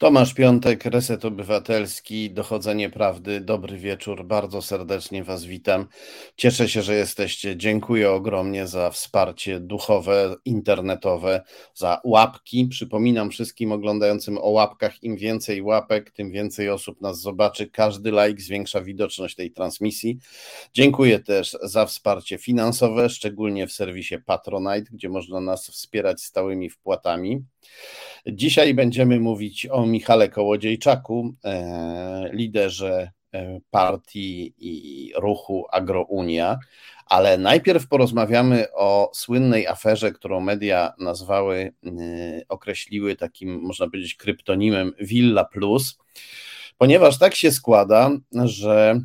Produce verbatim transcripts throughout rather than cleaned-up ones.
Tomasz Piątek, Reset Obywatelski, Dochodzenie Prawdy. Dobry wieczór, bardzo serdecznie Was witam. Cieszę się, że jesteście. Dziękuję ogromnie za wsparcie duchowe, internetowe, za łapki. Przypominam wszystkim oglądającym o łapkach, im więcej łapek, tym więcej osób nas zobaczy. Każdy like zwiększa widoczność tej transmisji. Dziękuję też za wsparcie finansowe, szczególnie w serwisie Patronite, gdzie można nas wspierać stałymi wpłatami. Dzisiaj będziemy mówić o Michale Kołodziejczaku, liderze partii i ruchu Agrounia, ale najpierw porozmawiamy o słynnej aferze, którą media nazwały, określiły takim, można powiedzieć, kryptonimem Villa Plus, ponieważ tak się składa, że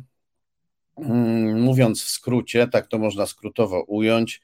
mówiąc w skrócie, tak to można skrótowo ująć,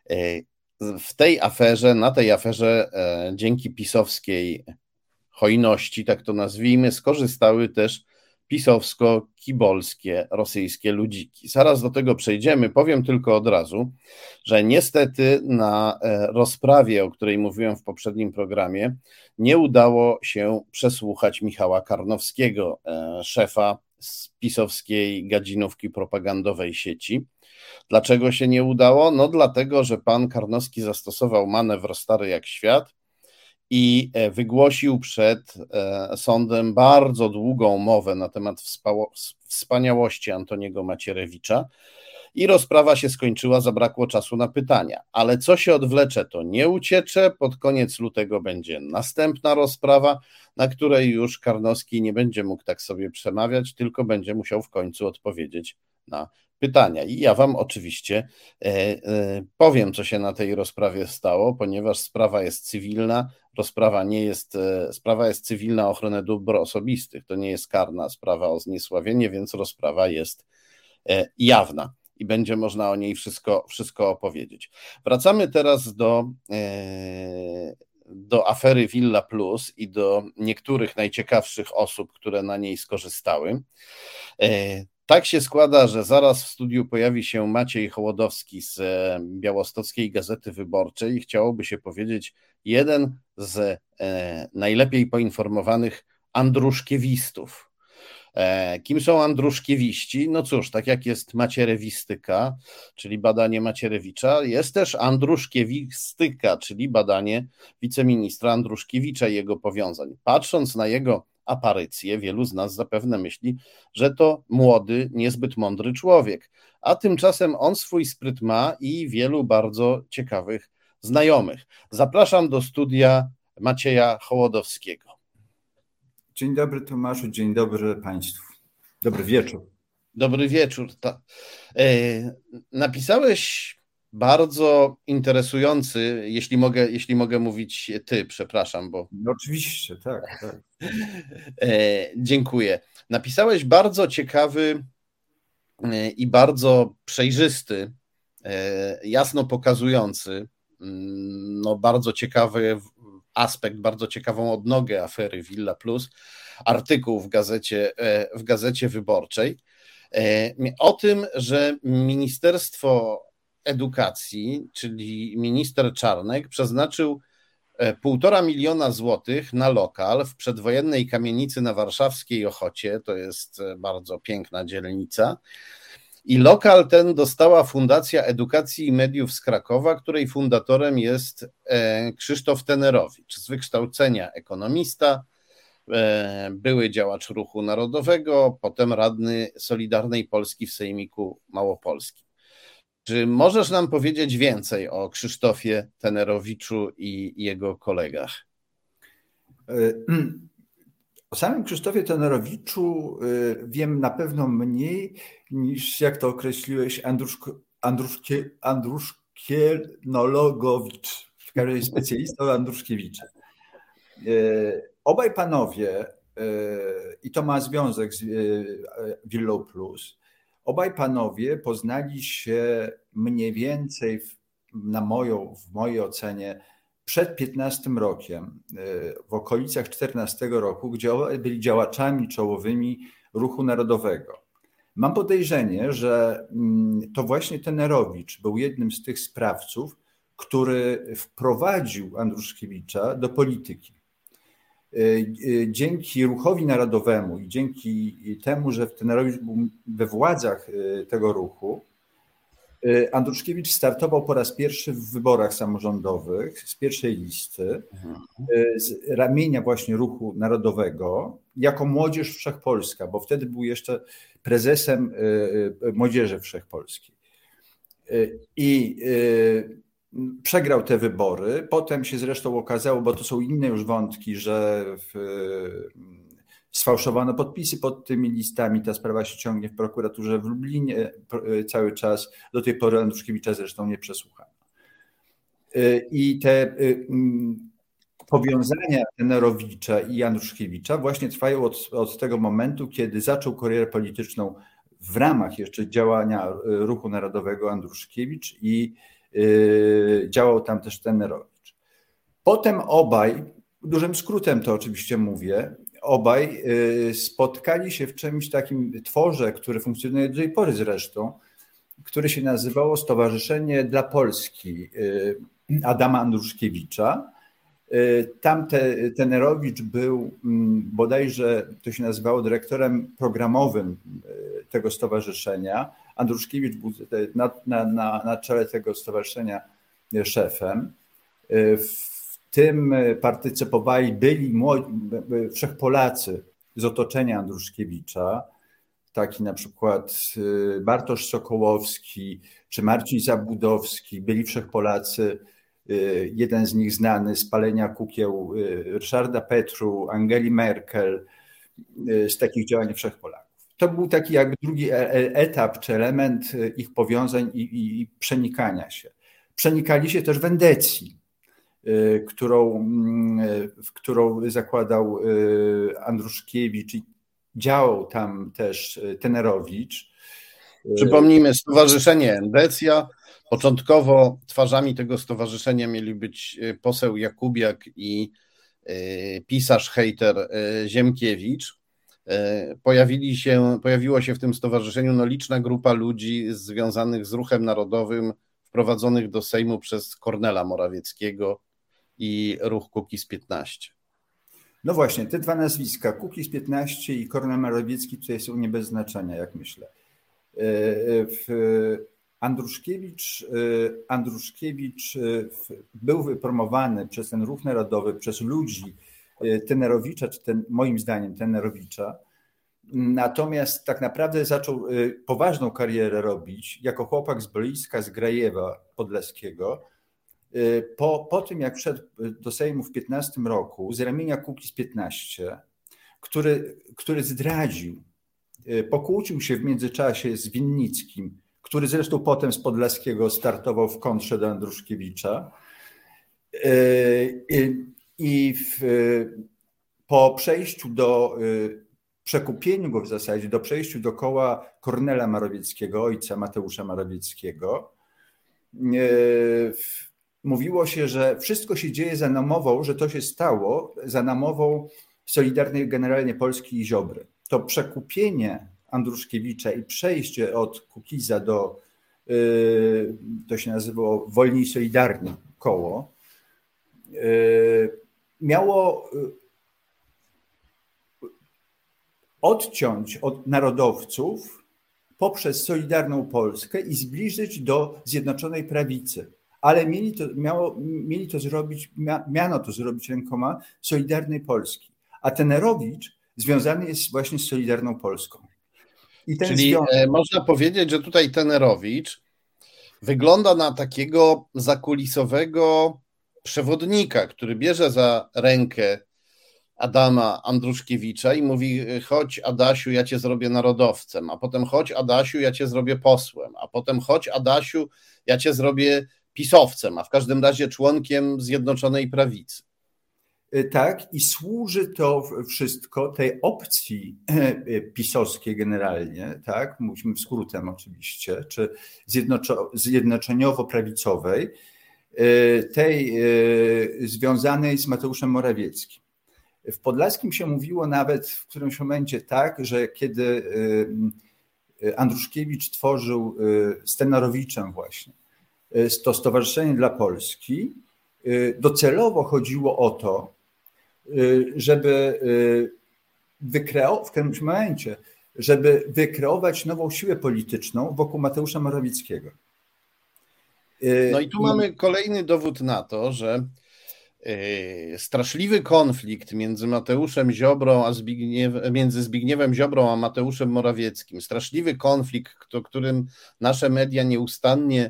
w tej aferze, na tej aferze dzięki pisowskiej hojności, tak to nazwijmy, skorzystały też pisowsko-kibolskie rosyjskie ludziki. Zaraz do tego przejdziemy. Powiem tylko od razu, że niestety na rozprawie, o której mówiłem w poprzednim programie, nie udało się przesłuchać Michała Karnowskiego, szefa z pisowskiej gadzinówki propagandowej sieci. Dlaczego się nie udało? No dlatego, że pan Karnowski zastosował manewr stary jak świat i wygłosił przed sądem bardzo długą mowę na temat wspaniałości Antoniego Macierewicza i rozprawa się skończyła, zabrakło czasu na pytania. Ale co się odwlecze, to nie uciecze. Pod koniec lutego będzie następna rozprawa, na której już Karnowski nie będzie mógł tak sobie przemawiać, tylko będzie musiał w końcu odpowiedzieć na pytania. I ja wam oczywiście e, e, powiem, co się na tej rozprawie stało, ponieważ sprawa jest cywilna, rozprawa nie jest, e, sprawa jest cywilna o ochronę dóbr osobistych, to nie jest karna sprawa o zniesławienie, więc rozprawa jest e, jawna i będzie można o niej wszystko, wszystko opowiedzieć. Wracamy teraz do, e, do afery Villa Plus i do niektórych najciekawszych osób, które na niej skorzystały. E, Tak się składa, że zaraz w studiu pojawi się Maciej Hołodowski z Białostockiej Gazety Wyborczej i chciałoby się powiedzieć jeden z najlepiej poinformowanych andruszkiewistów. Kim są andruszkiewiści? No cóż, tak jak jest macierewistyka, czyli badanie Macierewicza, jest też andruszkiewistyka, czyli badanie wiceministra Andruszkiewicza i jego powiązań. Patrząc na jego aparycję, wielu z nas zapewne myśli, że to młody, niezbyt mądry człowiek, a tymczasem on swój spryt ma i wielu bardzo ciekawych znajomych. Zapraszam do studia Macieja Hołodowskiego. Dzień dobry Tomaszu, dzień dobry Państwu. Dobry wieczór. Dobry wieczór. Napisałeś bardzo interesujący, jeśli mogę, jeśli mogę mówić ty, przepraszam, bo... No oczywiście, tak, tak. Dziękuję. Napisałeś bardzo ciekawy i bardzo przejrzysty, jasno pokazujący, no bardzo ciekawy aspekt, bardzo ciekawą odnogę afery Villa Plus, artykuł w gazecie, w gazecie Wyborczej o tym, że Ministerstwo Edukacji, czyli minister Czarnek, przeznaczył półtora miliona złotych na lokal w przedwojennej kamienicy na warszawskiej Ochocie, to jest bardzo piękna dzielnica, i lokal ten dostała Fundacja Edukacji i Mediów z Krakowa, której fundatorem jest Krzysztof Tenerowicz, z wykształcenia ekonomista, były działacz Ruchu Narodowego, potem radny Solidarnej Polski w Sejmiku Małopolskim. Czy możesz nam powiedzieć więcej o Krzysztofie Tenerowiczu i jego kolegach? O samym Krzysztofie Tenerowiczu wiem na pewno mniej niż, jak to określiłeś, Andruszko, Andruszkie, Andruszkienologowicz, w każdym razie specjalista Andruszkiewicza. Obaj panowie, i to ma związek z Villą Plus, obaj panowie poznali się mniej więcej, w, na moją, w mojej ocenie, przed piętnastym rokiem, w okolicach czternastego roku, gdzie byli działaczami czołowymi Ruchu Narodowego. Mam podejrzenie, że to właśnie Tenerowicz był jednym z tych sprawców, który wprowadził Andruszkiewicza do polityki. Dzięki Ruchowi Narodowemu i dzięki temu, że Tenerowicz był we władzach tego ruchu, Andruszkiewicz startował po raz pierwszy w wyborach samorządowych z pierwszej listy, z ramienia właśnie Ruchu Narodowego, jako Młodzież Wszechpolska, bo wtedy był jeszcze prezesem Młodzieży Wszechpolskiej. I przegrał te wybory. Potem się zresztą okazało, bo to są inne już wątki, że w, sfałszowano podpisy pod tymi listami. Ta sprawa się ciągnie w prokuraturze w Lublinie cały czas. Do tej pory Andruszkiewicza zresztą nie przesłuchano. I te powiązania Tenerowicza i Andruszkiewicza właśnie trwają od, od tego momentu, kiedy zaczął karierę polityczną w ramach jeszcze działania Ruchu Narodowego Andruszkiewicz i yy, działał tam też Tenerowicz. Potem obaj, dużym skrótem to oczywiście mówię, obaj yy, spotkali się w czymś takim tworze, które funkcjonuje do tej pory zresztą, które się nazywało Stowarzyszenie dla Polski yy, Adama Andruszkiewicza. Tam te, Tenerowicz był bodajże, to się nazywało, dyrektorem programowym tego stowarzyszenia. Andruszkiewicz był na, na, na, na czele tego stowarzyszenia szefem. W tym partycypowali byli młodzi, wszechpolacy z otoczenia Andruszkiewicza, taki na przykład Bartosz Sokołowski czy Marcin Zabudowski, byli wszechpolacy. Jeden z nich znany z palenia kukieł Ryszarda Petru, Angeli Merkel, z takich działań Wszechpolaków. To był taki jakby drugi etap czy element ich powiązań i, i, i przenikania się. Przenikali się też w Endecji, którą, w którą zakładał Andruszkiewicz i działał tam też Tenerowicz. Przypomnijmy, Stowarzyszenie Endecja. Początkowo twarzami tego stowarzyszenia mieli być poseł Jakubiak i pisarz, hejter Ziemkiewicz. Pojawili się, pojawiło się w tym stowarzyszeniu no, liczna grupa ludzi związanych z Ruchem Narodowym, wprowadzonych do Sejmu przez Kornela Morawieckiego i ruch Kukiz piętnaście. No właśnie, te dwa nazwiska, Kukiz piętnaście i Kornel Morawiecki, tutaj są nie bez znaczenia, jak myślę. W Andruszkiewicz, Andruszkiewicz był wypromowany przez ten Ruch Narodowy, przez ludzi Tenerowicza, czy ten, moim zdaniem Tenerowicza. Natomiast tak naprawdę zaczął poważną karierę robić jako chłopak z Boryska, z Grajewa Podlaskiego. Po, po tym, jak wszedł do Sejmu w piętnastym roku z ramienia Kukiz piętnaście, który, który zdradził, pokłócił się w międzyczasie z Winnickim, który zresztą potem z Podlaskiego startował w kontrze do Andruszkiewicza. I w, po przejściu do, przekupieniu go w zasadzie, do przejściu do koła Kornela Morawieckiego, ojca Mateusza Morawieckiego, mówiło się, że wszystko się dzieje za namową, że to się stało za namową Solidarnej Generalnie Polski i Ziobry. To przekupienie Andruszkiewicza i przejście od Kukiza do, to się nazywało Wolni i Solidarni koło, miało odciąć od narodowców poprzez Solidarną Polskę i zbliżyć do Zjednoczonej Prawicy. Ale mieli to, miało, mieli to zrobić, miano to zrobić rękoma Solidarnej Polski. A Tenerowicz związany jest właśnie z Solidarną Polską. I ten Czyli związek... można powiedzieć, że tutaj Tenerowicz wygląda na takiego zakulisowego przewodnika, który bierze za rękę Adama Andruszkiewicza i mówi: chodź Adasiu, ja cię zrobię narodowcem, a potem chodź Adasiu, ja cię zrobię posłem, a potem chodź Adasiu, ja cię zrobię pisowcem, a w każdym razie członkiem Zjednoczonej Prawicy. Tak, i służy to wszystko tej opcji pisowskiej generalnie, tak, mówimy w skrótem oczywiście, czy zjednoczeniowo-prawicowej, tej związanej z Mateuszem Morawieckim. W Podlaskim się mówiło nawet w którymś momencie tak, że kiedy Andruszkiewicz tworzył z Tenerowiczem właśnie to Stowarzyszenie dla Polski, docelowo chodziło o to, żeby wykreować w którymś momencie, żeby wykreować nową siłę polityczną wokół Mateusza Morawieckiego. No i tu I... mamy kolejny dowód na to, że straszliwy konflikt między Mateuszem Ziobrą, a Zbigniew, między Zbigniewem Ziobrą a Mateuszem Morawieckim, straszliwy konflikt, o którym nasze media nieustannie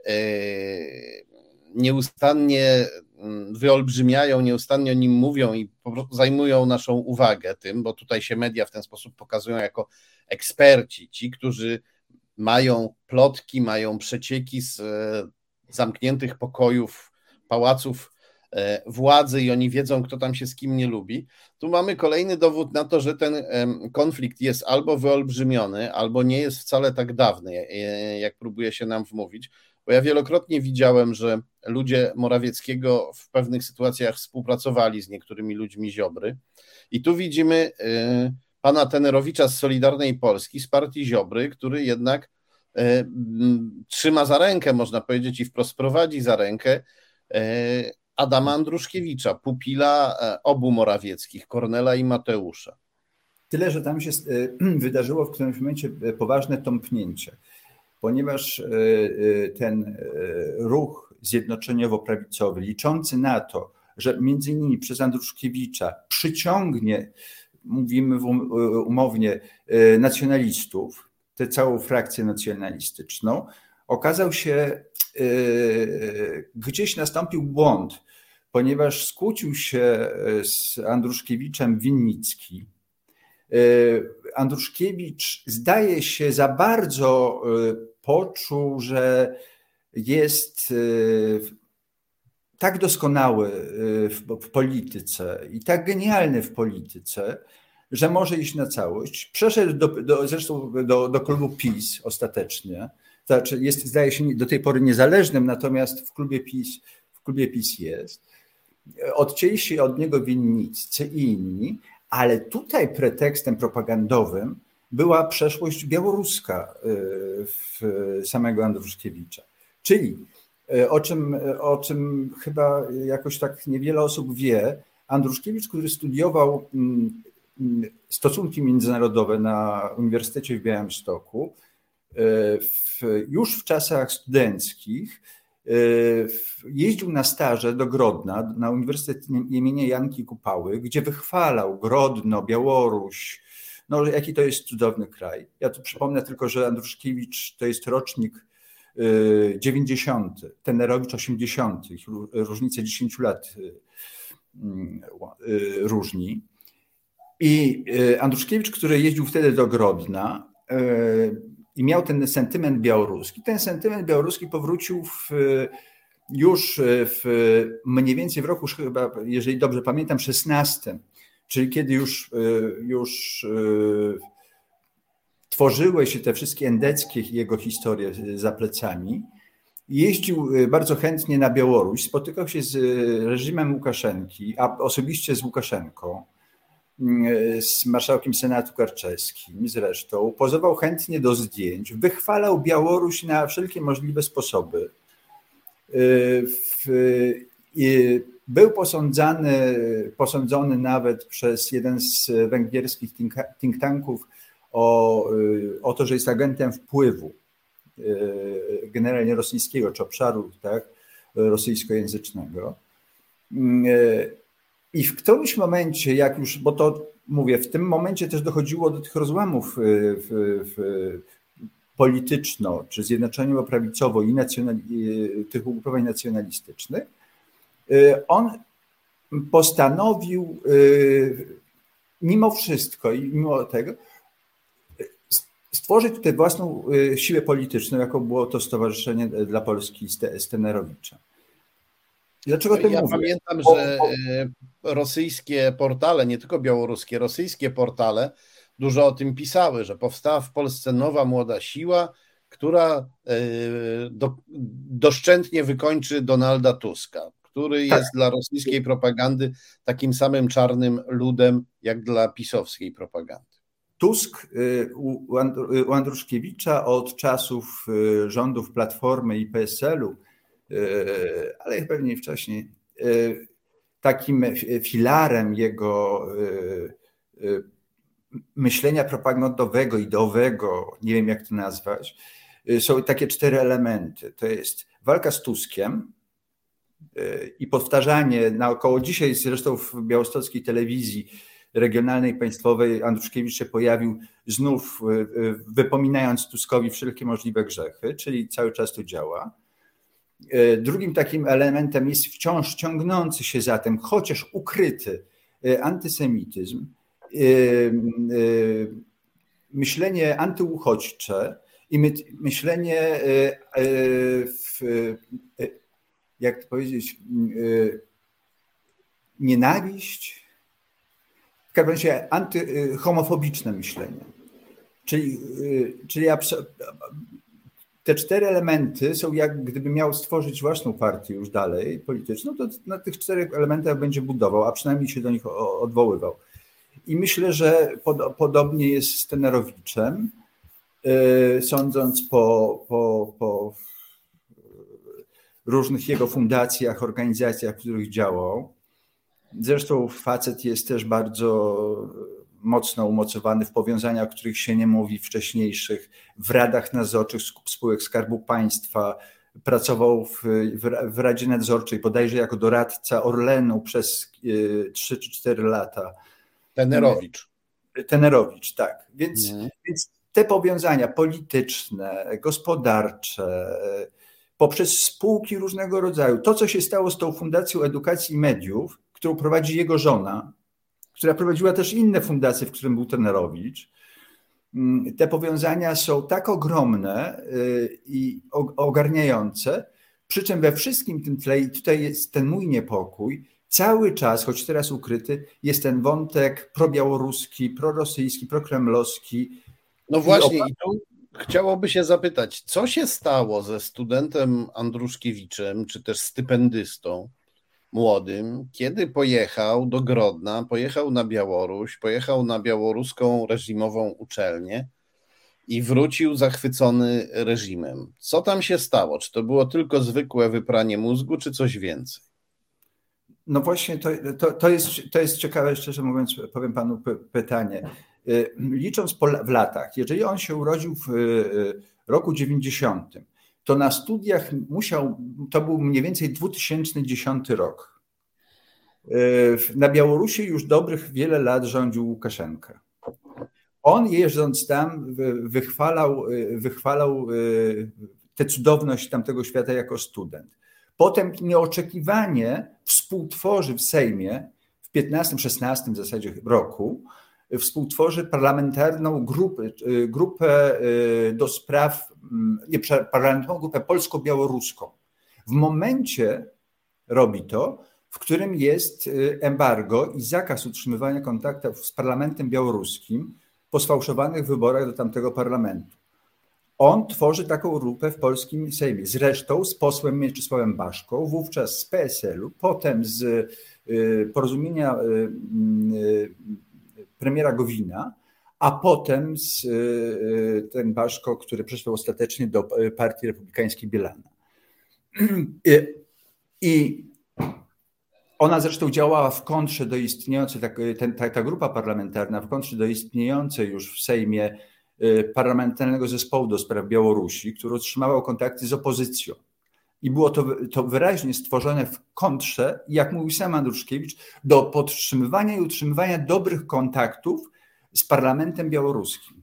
nieustannie wyolbrzymiają, nieustannie o nim mówią i po prostu zajmują naszą uwagę tym, bo tutaj się media w ten sposób pokazują jako eksperci, ci, którzy mają plotki, mają przecieki z zamkniętych pokojów, pałaców władzy i oni wiedzą, kto tam się z kim nie lubi. Tu mamy kolejny dowód na to, że ten konflikt jest albo wyolbrzymiony, albo nie jest wcale tak dawny, jak próbuje się nam wmówić. Bo ja wielokrotnie widziałem, że ludzie Morawieckiego w pewnych sytuacjach współpracowali z niektórymi ludźmi Ziobry. I tu widzimy pana Tenerowicza z Solidarnej Polski, z partii Ziobry, który jednak trzyma za rękę, można powiedzieć, i wprost prowadzi za rękę Adama Andruszkiewicza, pupila obu Morawieckich, Kornela i Mateusza. Tyle, że tam się wydarzyło w którymś momencie poważne tąpnięcie, ponieważ ten ruch zjednoczeniowo-prawicowy, liczący na to, że między innymi przez Andruszkiewicza przyciągnie, mówimy umownie, nacjonalistów, tę całą frakcję nacjonalistyczną, okazał się, gdzieś nastąpił błąd, ponieważ skłócił się z Andruszkiewiczem Winnicki. Andruszkiewicz, zdaje się, za bardzo poczuł, że jest tak doskonały w polityce i tak genialny w polityce, że może iść na całość. Przeszedł do, do, zresztą do, do klubu PiS ostatecznie. Znaczy jest, zdaje się, do tej pory niezależnym, natomiast w klubie PiS, w klubie PiS jest. Odcięli się od niego winniccy i inni, ale tutaj pretekstem propagandowym była przeszłość białoruska w samego Andruszkiewicza. Czyli o czym, o czym chyba jakoś tak niewiele osób wie, Andruszkiewicz, który studiował stosunki międzynarodowe na Uniwersytecie w Białymstoku, w, już w czasach studenckich jeździł na staże do Grodna, na Uniwersytet imienia Janki Kupały, gdzie wychwalał Grodno, Białoruś, no jaki to jest cudowny kraj. Ja tu przypomnę tylko, że Andruszkiewicz to jest rocznik dziewięćdziesiąty, Tenerowicz osiemdziesiąty, różnice dziesięć lat różni. I Andruszkiewicz, który jeździł wtedy do Grodna i miał ten sentyment białoruski, ten sentyment białoruski powrócił w, już w, mniej więcej w roku, chyba, jeżeli dobrze pamiętam, szesnastym, czyli kiedy już, już tworzyły się te wszystkie endeckie jego historie za plecami. Jeździł bardzo chętnie na Białoruś, spotykał się z reżimem Łukaszenki, a osobiście z Łukaszenką, z marszałkiem Senatu Karczewskim zresztą, pozował chętnie do zdjęć, wychwalał Białoruś na wszelkie możliwe sposoby. Był posądzany, posądzony nawet przez jeden z węgierskich think tanków o, o to, że jest agentem wpływu, generalnie rosyjskiego, czy obszaru, tak, rosyjskojęzycznego. I w którymś momencie, jak już, bo to mówię, w tym momencie też dochodziło do tych rozłamów w, w, polityczno, czy zjednoczeniowo-prawicowo i nacjonali, tych ugrupowań nacjonalistycznych, on postanowił mimo wszystko i mimo tego stworzyć tutaj własną siłę polityczną, jaką było to Stowarzyszenie dla Polski Stenerowicza. Dlaczego to ja mówię? pamiętam, że rosyjskie portale, nie tylko białoruskie, rosyjskie portale dużo o tym pisały, że powstała w Polsce nowa młoda siła, która do, doszczętnie wykończy Donalda Tuska, który jest tak. dla rosyjskiej propagandy takim samym czarnym ludem, jak dla pisowskiej propagandy. Tusk u Andruszkiewicza od czasów rządów Platformy i P S L u, ale pewnie wcześniej, takim filarem jego myślenia propagandowego, ideowego, nie wiem jak to nazwać, są takie cztery elementy. To jest walka z Tuskiem i powtarzanie naokoło. Dzisiaj zresztą w białostockiej telewizji regionalnej, państwowej Andruszkiewicz się pojawił znów wypominając Tuskowi wszelkie możliwe grzechy, czyli cały czas to działa. Drugim takim elementem jest wciąż ciągnący się za tym, chociaż ukryty antysemityzm, myślenie antyuchodźcze i myślenie, jak to powiedzieć, nienawiść, w każdym razie antyhomofobiczne myślenie. Czyli, czyli te cztery elementy są jak gdyby miał stworzyć własną partię już dalej polityczną, to na tych czterech elementach będzie budował, a przynajmniej się do nich odwoływał. I myślę, że pod, podobnie jest z Tenerowiczem, yy, sądząc po, po, po różnych jego fundacjach, organizacjach, w których działał. Zresztą facet jest też bardzo mocno umocowany w powiązaniach, o których się nie mówi, wcześniejszych, w radach nadzorczych spółek Skarbu Państwa, pracował w, w, w Radzie Nadzorczej, bodajże jako doradca Orlenu przez trzy czy cztery lata. Tenerowicz. Tenerowicz, tak. Więc, mm. więc te powiązania polityczne, gospodarcze, poprzez spółki różnego rodzaju, to co się stało z tą Fundacją Edukacji i Mediów, którą prowadzi jego żona, która prowadziła też inne fundacje, w którym był Tenerowicz. Te powiązania są tak ogromne i ogarniające, przy czym we wszystkim tym tle, i tutaj jest ten mój niepokój, cały czas, choć teraz ukryty, jest ten wątek probiałoruski, prorosyjski, prokremlowski. No właśnie, i tu chciałoby się zapytać, co się stało ze studentem Andruszkiewiczem, czy też stypendystą młodym, kiedy pojechał do Grodna, pojechał na Białoruś, pojechał na białoruską reżimową uczelnię i wrócił zachwycony reżimem. Co tam się stało? Czy to było tylko zwykłe wypranie mózgu, czy coś więcej? No właśnie, to, to, to, jest, to jest ciekawe, szczerze mówiąc, powiem panu pytanie. Licząc po, w latach, jeżeli on się urodził w roku dziewięćdziesiątym, to na studiach musiał, to był mniej więcej dwa tysiące dziesiąty rok. Na Białorusi już dobrych wiele lat rządził Łukaszenka. On jeżdżąc tam wychwalał, wychwalał tę cudowność tamtego świata jako student. Potem nieoczekiwanie współtworzy w Sejmie w piętnastym, szesnastym w zasadzie roku, współtworzy parlamentarną grupę, grupę do spraw, nie, parlamentarną grupę polsko-białoruską. W momencie robi to, w którym jest embargo i zakaz utrzymywania kontaktów z parlamentem białoruskim po sfałszowanych wyborach do tamtego parlamentu. On tworzy taką grupę w polskim Sejmie. Zresztą z posłem Mieczysławem Baszką, wówczas z P S L-u, potem z porozumienia premiera Gowina, a potem z ten Baszko, który przeszedł ostatecznie do Partii Republikańskiej Bielana. I ona zresztą działała w kontrze do istniejącej, ta, ta grupa parlamentarna, w kontrze do istniejącej już w Sejmie Parlamentarnego Zespołu do Spraw Białorusi, który utrzymywał kontakty z opozycją. I było to, to wyraźnie stworzone w kontrze, jak mówił sam Andruszkiewicz, do podtrzymywania i utrzymywania dobrych kontaktów z parlamentem białoruskim.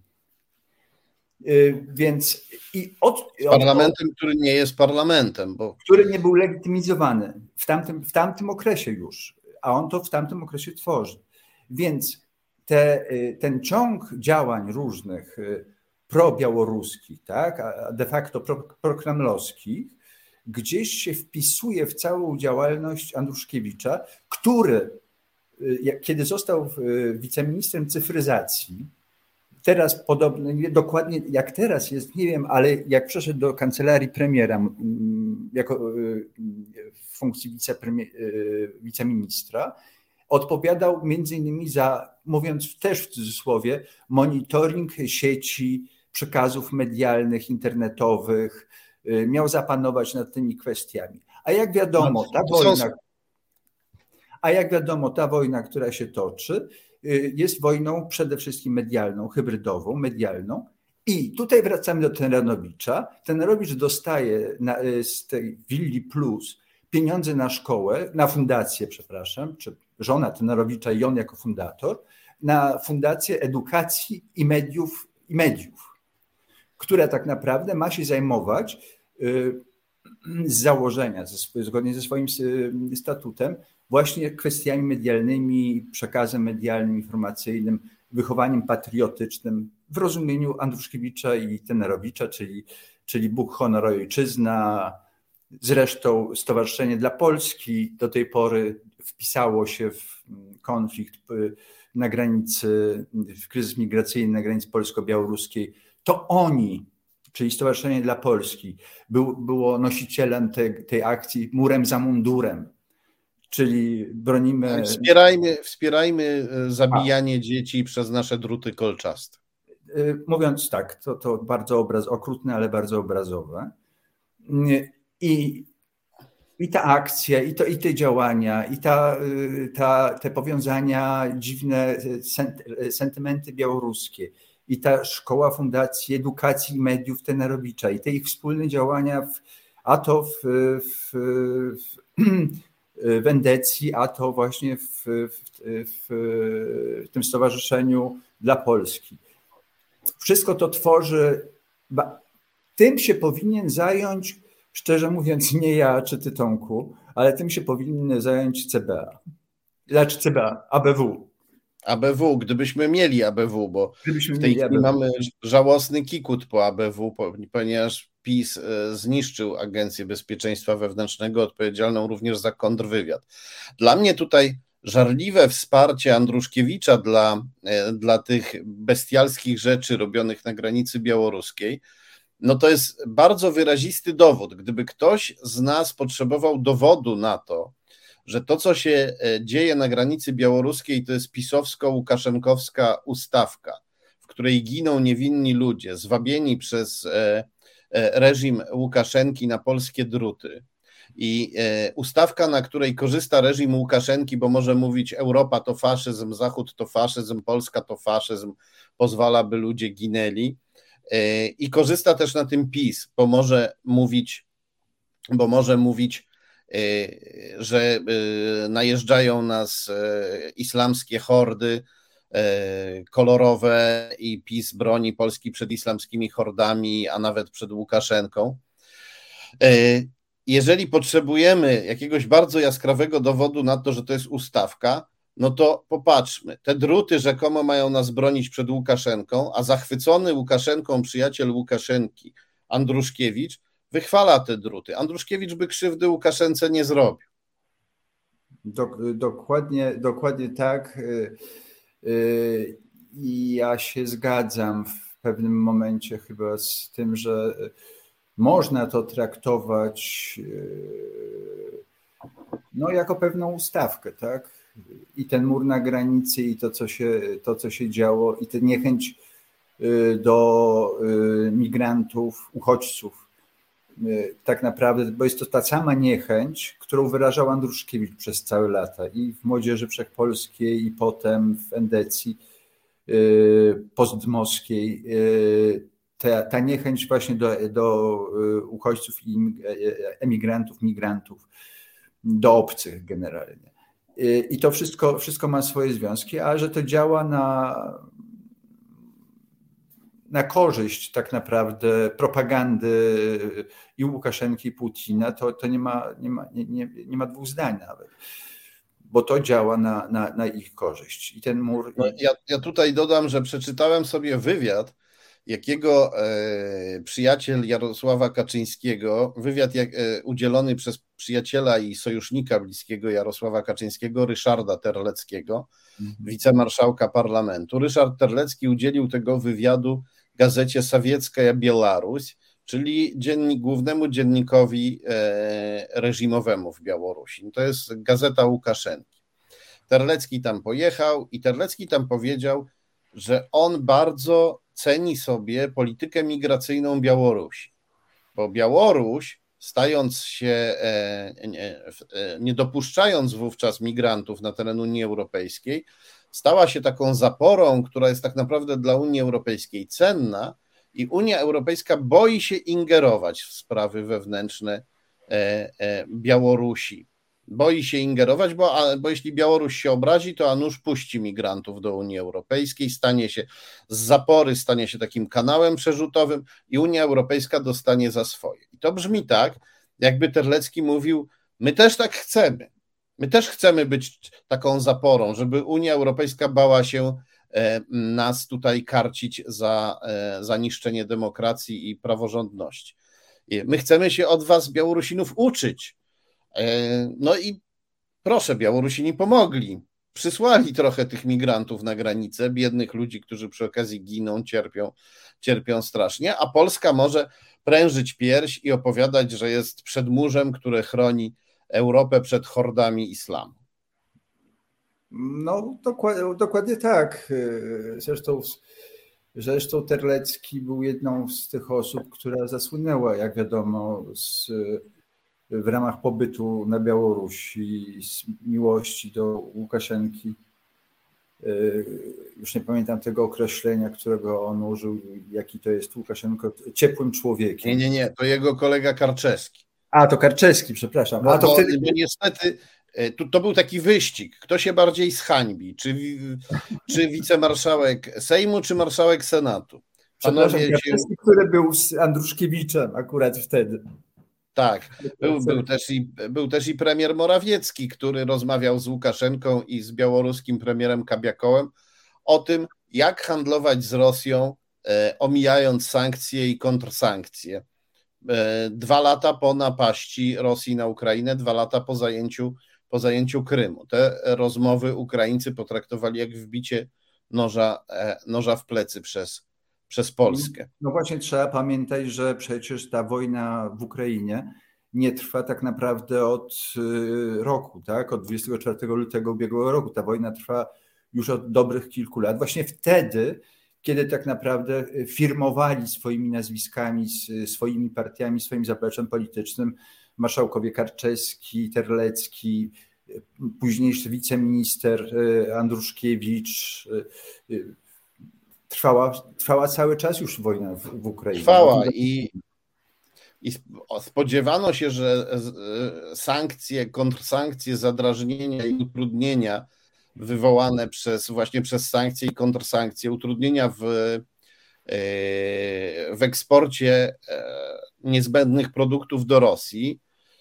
Więc i od, z parlamentem, od, który nie jest parlamentem. Bo... Który nie był legitymizowany w tamtym, w tamtym okresie już, a on to w tamtym okresie tworzy. Więc te, ten ciąg działań różnych probiałoruskich, tak, a de facto pro, prokremlowskich, gdzieś się wpisuje w całą działalność Andruszkiewicza, który, kiedy został wiceministrem cyfryzacji, teraz podobno, nie dokładnie jak teraz jest, nie wiem, ale jak przeszedł do kancelarii premiera jako w funkcji wiceministra, odpowiadał między innymi za, mówiąc też w cudzysłowie, monitoring sieci, przekazów medialnych, internetowych, miał zapanować nad tymi kwestiami. A jak wiadomo, ta wojna, A jak wiadomo, ta wojna, która się toczy, jest wojną przede wszystkim medialną, hybrydową, medialną. I tutaj wracamy do Tenerowicza. Tenerowicz dostaje na, z tej Willi Plus pieniądze na szkołę, na fundację, przepraszam, czy żona Tenerowicza i on jako fundator, na fundację edukacji i mediów, i mediów, która tak naprawdę ma się zajmować z założenia, zgodnie ze swoim statutem, właśnie kwestiami medialnymi, przekazem medialnym, informacyjnym, wychowaniem patriotycznym w rozumieniu Andruszkiewicza i Tenerowicza, czyli, czyli Bóg, honor, ojczyzna. Zresztą Stowarzyszenie dla Polski do tej pory wpisało się w konflikt na granicy, w kryzys migracyjny na granicy polsko-białoruskiej. To oni, czyli Stowarzyszenie dla Polski, był, było nosicielem tej, tej akcji murem za mundurem. Czyli bronimy... Wspierajmy, wspierajmy zabijanie A. dzieci przez nasze druty kolczaste. Mówiąc tak, to, to bardzo obraz, okrutne, ale bardzo obrazowe. I, i ta akcja, i, to, i te działania, i ta, ta, te powiązania, dziwne sentymenty białoruskie, i ta szkoła Fundacji Edukacji i Mediów Tenerowicza, i te ich wspólne działania, w, a to w, w, w w Endecji, a to właśnie w, w, w, w tym Stowarzyszeniu dla Polski. Wszystko to tworzy, tym się powinien zająć, szczerze mówiąc, nie ja czy ty, Tomku, ale tym się powinien zająć C B A. Znaczy C B A, A B W. A B W, gdybyśmy mieli A B W, bo gdybyśmy w tej chwili A B W. mamy żałosny kikut po A B W, ponieważ PiS zniszczył Agencję Bezpieczeństwa Wewnętrznego, odpowiedzialną również za kontrwywiad. Dla mnie tutaj żarliwe wsparcie Andruszkiewicza dla, dla tych bestialskich rzeczy robionych na granicy białoruskiej, no to jest bardzo wyrazisty dowód. Gdyby ktoś z nas potrzebował dowodu na to, że to, co się dzieje na granicy białoruskiej, to jest pisowsko-łukaszenkowska ustawka, w której giną niewinni ludzie, zwabieni przez reżim Łukaszenki na polskie druty. I ustawka, na której korzysta reżim Łukaszenki, bo może mówić Europa to faszyzm, Zachód to faszyzm, Polska to faszyzm, pozwala, by ludzie ginęli. I korzysta też na tym PiS, bo może mówić, bo może mówić, że najeżdżają nas islamskie hordy kolorowe i PiS broni Polski przed islamskimi hordami, a nawet przed Łukaszenką. Jeżeli potrzebujemy jakiegoś bardzo jaskrawego dowodu na to, że to jest ustawka, no to popatrzmy, te druty rzekomo mają nas bronić przed Łukaszenką, a zachwycony Łukaszenką przyjaciel Łukaszenki, Andruszkiewicz, wychwala te druty. Andruszkiewicz by krzywdy Łukaszence nie zrobił. Dokładnie, dokładnie tak. I ja się zgadzam w pewnym momencie chyba z tym, że można to traktować no, jako pewną ustawkę, tak? I ten mur na granicy, i to, co się, to, co się działo, i tę niechęć do migrantów, uchodźców, tak naprawdę, bo jest to ta sama niechęć, którą wyrażał Andruszkiewicz przez całe lata i w Młodzieży Wszechpolskiej, i potem w Endecji postdmowskiej. Ta, ta niechęć właśnie do, do uchodźców i emigrantów, migrantów, do obcych generalnie. I to wszystko, wszystko ma swoje związki, a że to działa na, na korzyść tak naprawdę propagandy i Łukaszenki, i Putina, to, to nie ma, nie ma, nie, nie, nie ma dwóch zdań nawet, bo to działa na, na, na ich korzyść. I ten mur... No, ja, ja tutaj dodam, że przeczytałem sobie wywiad, jakiego e, przyjaciel Jarosława Kaczyńskiego, wywiad jak, e, udzielony przez przyjaciela i sojusznika bliskiego Jarosława Kaczyńskiego, Ryszarda Terleckiego, mhm. wicemarszałka parlamentu. Ryszard Terlecki udzielił tego wywiadu gazecie Sowieckaja Białoruś, czyli dziennik, głównemu dziennikowi e, reżimowemu w Białorusi. To jest gazeta Łukaszenki. Terlecki tam pojechał i Terlecki tam powiedział, że on bardzo ceni sobie politykę migracyjną Białorusi, bo Białoruś stając się, nie dopuszczając wówczas migrantów na teren Unii Europejskiej, stała się taką zaporą, która jest tak naprawdę dla Unii Europejskiej cenna i Unia Europejska boi się ingerować w sprawy wewnętrzne Białorusi. Boi się ingerować, bo, bo jeśli Białoruś się obrazi, to a nuż puści migrantów do Unii Europejskiej, stanie się z zapory, stanie się takim kanałem przerzutowym i Unia Europejska dostanie za swoje. I to brzmi tak, jakby Terlecki mówił, my też tak chcemy. My też chcemy być taką zaporą, żeby Unia Europejska bała się nas tutaj karcić za, za niszczenie demokracji i praworządności. My chcemy się od was, Białorusinów, uczyć. No i proszę, Białorusini pomogli. Przysłali trochę tych migrantów na granicę, biednych ludzi, którzy przy okazji giną, cierpią, cierpią strasznie, a Polska może prężyć pierś i opowiadać, że jest przedmurzem, które chroni Europę przed hordami islamu. No dokładnie, dokładnie tak. Zresztą, zresztą Terlecki był jedną z tych osób, która zasłynęła, jak wiadomo, z, w ramach pobytu na Białorusi, z miłości do Łukaszenki. Już nie pamiętam tego określenia, którego on użył, jaki to jest Łukaszenko, ciepłym człowiekiem. Nie, nie, nie, to jego kolega Karczewski. A, to Karczewski, przepraszam. No, A, to bo, wtedy... bo niestety to, to był taki wyścig. Kto się bardziej zhańbi? Czy, czy wicemarszałek Sejmu, czy marszałek Senatu? Przepraszam, Karczewski, się... który był z Andruszkiewiczem akurat wtedy. Tak, był, był, też i, był też i premier Morawiecki, który rozmawiał z Łukaszenką i z białoruskim premierem Kabiakołem o tym, jak handlować z Rosją, e, omijając sankcje i kontrsankcje. E, dwa lata po napaści Rosji na Ukrainę, dwa lata po zajęciu, po zajęciu Krymu. Te rozmowy Ukraińcy potraktowali jak wbicie noża, e, noża w plecy przez przez Polskę. No właśnie trzeba pamiętać, że przecież ta wojna w Ukrainie nie trwa tak naprawdę od roku, tak? Od dwudziestego czwartego lutego ubiegłego roku. Ta wojna trwa już od dobrych kilku lat. Właśnie wtedy, kiedy tak naprawdę firmowali swoimi nazwiskami, swoimi partiami, swoim zapleczem politycznym marszałkowie Karczewski, Terlecki, późniejszy wiceminister Andruszkiewicz. Trwała, trwała cały czas już wojna w, w Ukrainie. Trwała i, i spodziewano się, że sankcje, kontrsankcje, zadrażnienia i utrudnienia wywołane przez właśnie przez sankcje i kontrsankcje, utrudnienia w, w eksporcie niezbędnych produktów do Rosji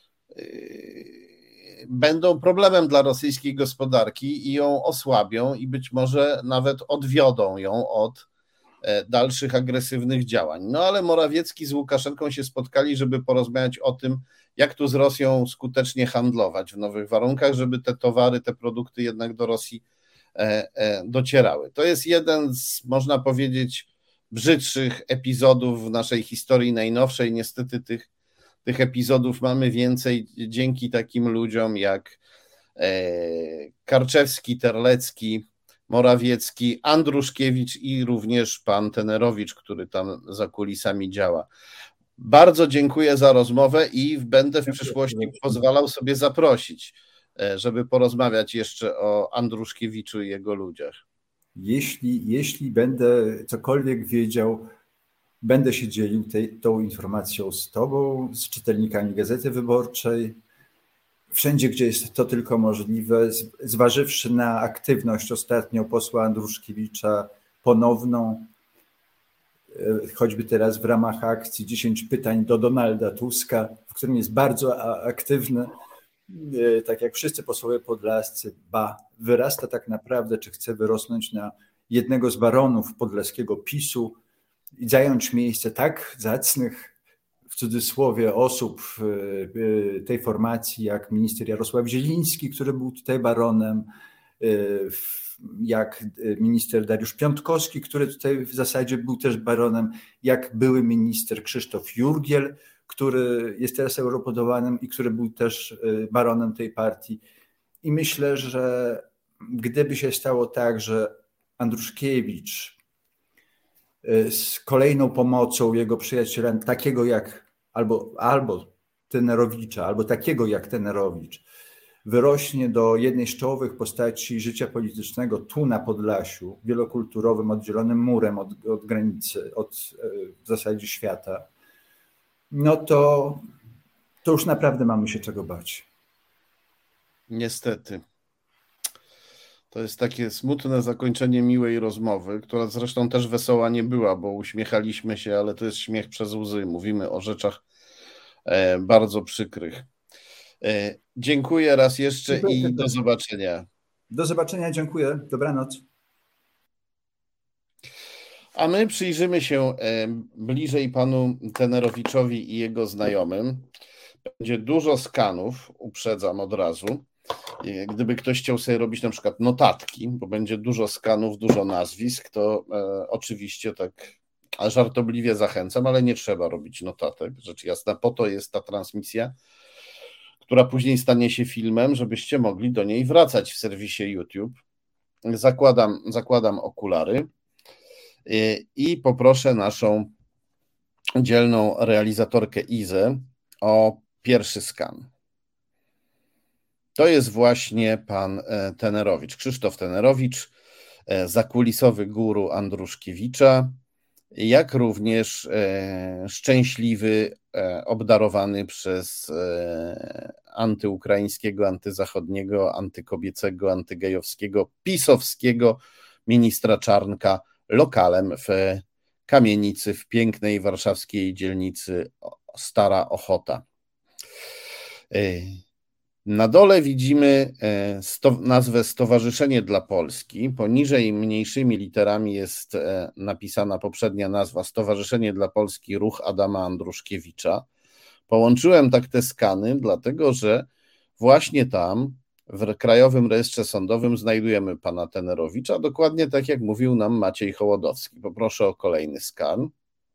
będą problemem dla rosyjskiej gospodarki i ją osłabią i być może nawet odwiodą ją od dalszych agresywnych działań. No ale Morawiecki z Łukaszenką się spotkali, żeby porozmawiać o tym, jak tu z Rosją skutecznie handlować w nowych warunkach, żeby te towary, te produkty jednak do Rosji docierały. To jest jeden z, można powiedzieć, brzydszych epizodów w naszej historii najnowszej. Niestety tych Tych epizodów mamy więcej dzięki takim ludziom jak Karczewski, Terlecki, Morawiecki, Andruszkiewicz i również pan Tenerowicz, który tam za kulisami działa. Bardzo dziękuję za rozmowę i będę w przyszłości pozwalał sobie zaprosić, żeby porozmawiać jeszcze o Andruszkiewiczu i jego ludziach. Jeśli, jeśli będę cokolwiek wiedział, będę się dzielił tej, tą informacją z tobą, z czytelnikami Gazety Wyborczej, wszędzie, gdzie jest to tylko możliwe, zważywszy na aktywność ostatnio posła Andruszkiewicza ponowną, choćby teraz w ramach akcji dziesięć pytań do Donalda Tuska, w którym jest bardzo aktywny, tak jak wszyscy posłowie podlascy, ba, wyrasta tak naprawdę, czy chce wyrosnąć na jednego z baronów podlaskiego PiSu, i zająć miejsce tak zacnych, w cudzysłowie, osób tej formacji, jak minister Jarosław Zieliński, który był tutaj baronem, jak minister Dariusz Piątkowski, który tutaj w zasadzie był też baronem, jak były minister Krzysztof Jurgiel, który jest teraz europodowanym i który był też baronem tej partii. I myślę, że gdyby się stało tak, że Andruszkiewicz z kolejną pomocą jego przyjaciela, takiego jak albo, albo Tenerowicza, albo takiego jak Tenerowicz, wyrośnie do jednej z czołowych postaci życia politycznego tu na Podlasiu, wielokulturowym, oddzielonym murem od, od granicy, od w zasadzie świata, no to, to już naprawdę mamy się czego bać. Niestety. To jest takie smutne zakończenie miłej rozmowy, która zresztą też wesoła nie była, bo uśmiechaliśmy się, ale to jest śmiech przez łzy. Mówimy o rzeczach bardzo przykrych. Dziękuję raz jeszcze dziękuję i do zobaczenia. Do zobaczenia, dziękuję. Dobranoc. A my przyjrzymy się bliżej panu Tenerowiczowi i jego znajomym. Będzie dużo skanów, uprzedzam od razu. Gdyby ktoś chciał sobie robić na przykład notatki, bo będzie dużo skanów, dużo nazwisk, to e, oczywiście tak żartobliwie zachęcam, ale nie trzeba robić notatek, rzecz jasna. Po to jest ta transmisja, która później stanie się filmem, żebyście mogli do niej wracać w serwisie YouTube. Zakładam, zakładam okulary i, i poproszę naszą dzielną realizatorkę Izę o pierwszy skan. To jest właśnie pan Tenerowicz, Krzysztof Tenerowicz, zakulisowy guru Andruszkiewicza, jak również szczęśliwy, obdarowany przez antyukraińskiego, antyzachodniego, antykobiecego, antygejowskiego, pisowskiego ministra Czarnka lokalem w kamienicy w pięknej warszawskiej dzielnicy Stara Ochota. Na dole widzimy sto, nazwę Stowarzyszenie dla Polski. Poniżej mniejszymi literami jest napisana poprzednia nazwa Stowarzyszenie dla Polski Ruch Adama Andruszkiewicza. Połączyłem tak te skany, dlatego że właśnie tam w Krajowym Rejestrze Sądowym znajdujemy pana Tenerowicza, dokładnie tak jak mówił nam Maciej Hołodowski. Poproszę o kolejny skan.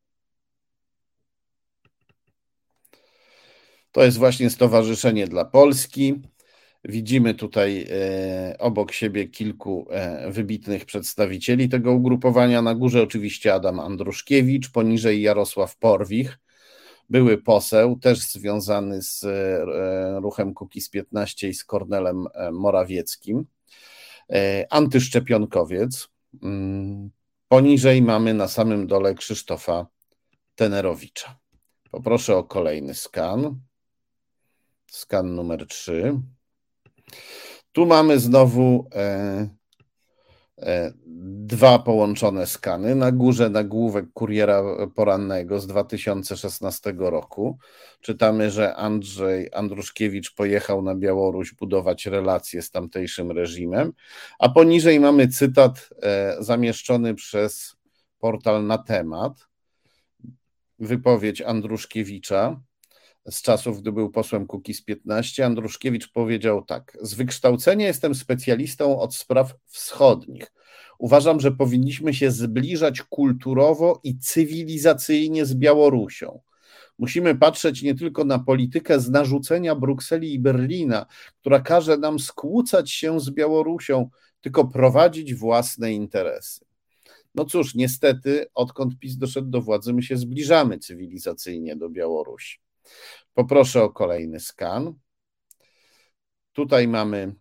To jest właśnie Stowarzyszenie dla Polski. Widzimy tutaj obok siebie kilku wybitnych przedstawicieli tego ugrupowania. Na górze oczywiście Adam Andruszkiewicz, poniżej Jarosław Porwich, były poseł, też związany z ruchem Kukiz piętnaście i z Kornelem Morawieckim. Antyszczepionkowiec. Poniżej mamy na samym dole Krzysztofa Tenerowicza. Poproszę o kolejny skan. Skan numer trzy. Tu mamy znowu e, e, dwa połączone skany. Na górze nagłówek Kuriera Porannego z dwa tysiące szesnastego roku. Czytamy, że Andrzej Andruszkiewicz pojechał na Białoruś budować relacje z tamtejszym reżimem, a poniżej mamy cytat e, zamieszczony przez portal Na Temat. Wypowiedź Andruszkiewicza z czasów, gdy był posłem Kukiz piętnaście. Andruszkiewicz powiedział tak: z wykształcenia jestem specjalistą od spraw wschodnich. Uważam, że powinniśmy się zbliżać kulturowo i cywilizacyjnie z Białorusią. Musimy patrzeć nie tylko na politykę z narzucenia Brukseli i Berlina, która każe nam skłócać się z Białorusią, tylko prowadzić własne interesy. No cóż, niestety, odkąd PiS doszedł do władzy, my się zbliżamy cywilizacyjnie do Białorusi. Poproszę o kolejny skan. Tutaj mamy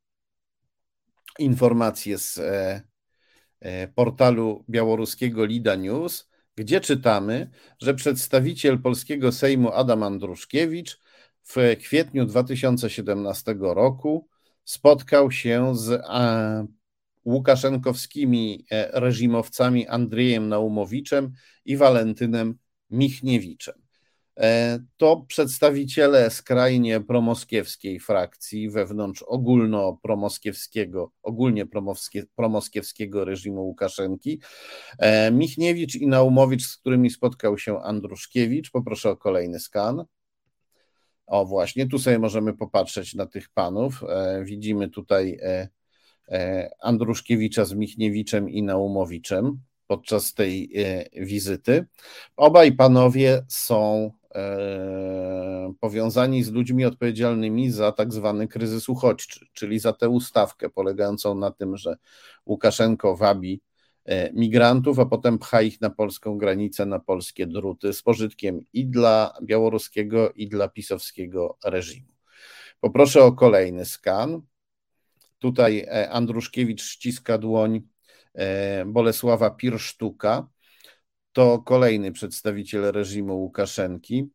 informacje z portalu białoruskiego Lida News, gdzie czytamy, że przedstawiciel polskiego Sejmu Adam Andruszkiewicz w kwietniu dwa tysiące siedemnastego roku spotkał się z łukaszenkowskimi reżimowcami Andrzejem Naumowiczem i Walentynem Michniewiczem. To przedstawiciele skrajnie promoskiewskiej frakcji wewnątrz ogólnopromoskiewskiego, ogólnie promoskiewskiego reżimu Łukaszenki. Michniewicz i Naumowicz, z którymi spotkał się Andruszkiewicz. Poproszę o kolejny skan. O właśnie, tu sobie możemy popatrzeć na tych panów. Widzimy tutaj Andruszkiewicza z Michniewiczem i Naumowiczem podczas tej wizyty. Obaj panowie są powiązani z ludźmi odpowiedzialnymi za tak zwany kryzys uchodźczy, czyli za tę ustawkę polegającą na tym, że Łukaszenko wabi migrantów, a potem pcha ich na polską granicę, na polskie druty z pożytkiem i dla białoruskiego, i dla pisowskiego reżimu. Poproszę o kolejny skan. Tutaj Andruszkiewicz ściska dłoń Bolesława Pirsztuka. To kolejny przedstawiciel reżimu Łukaszenki.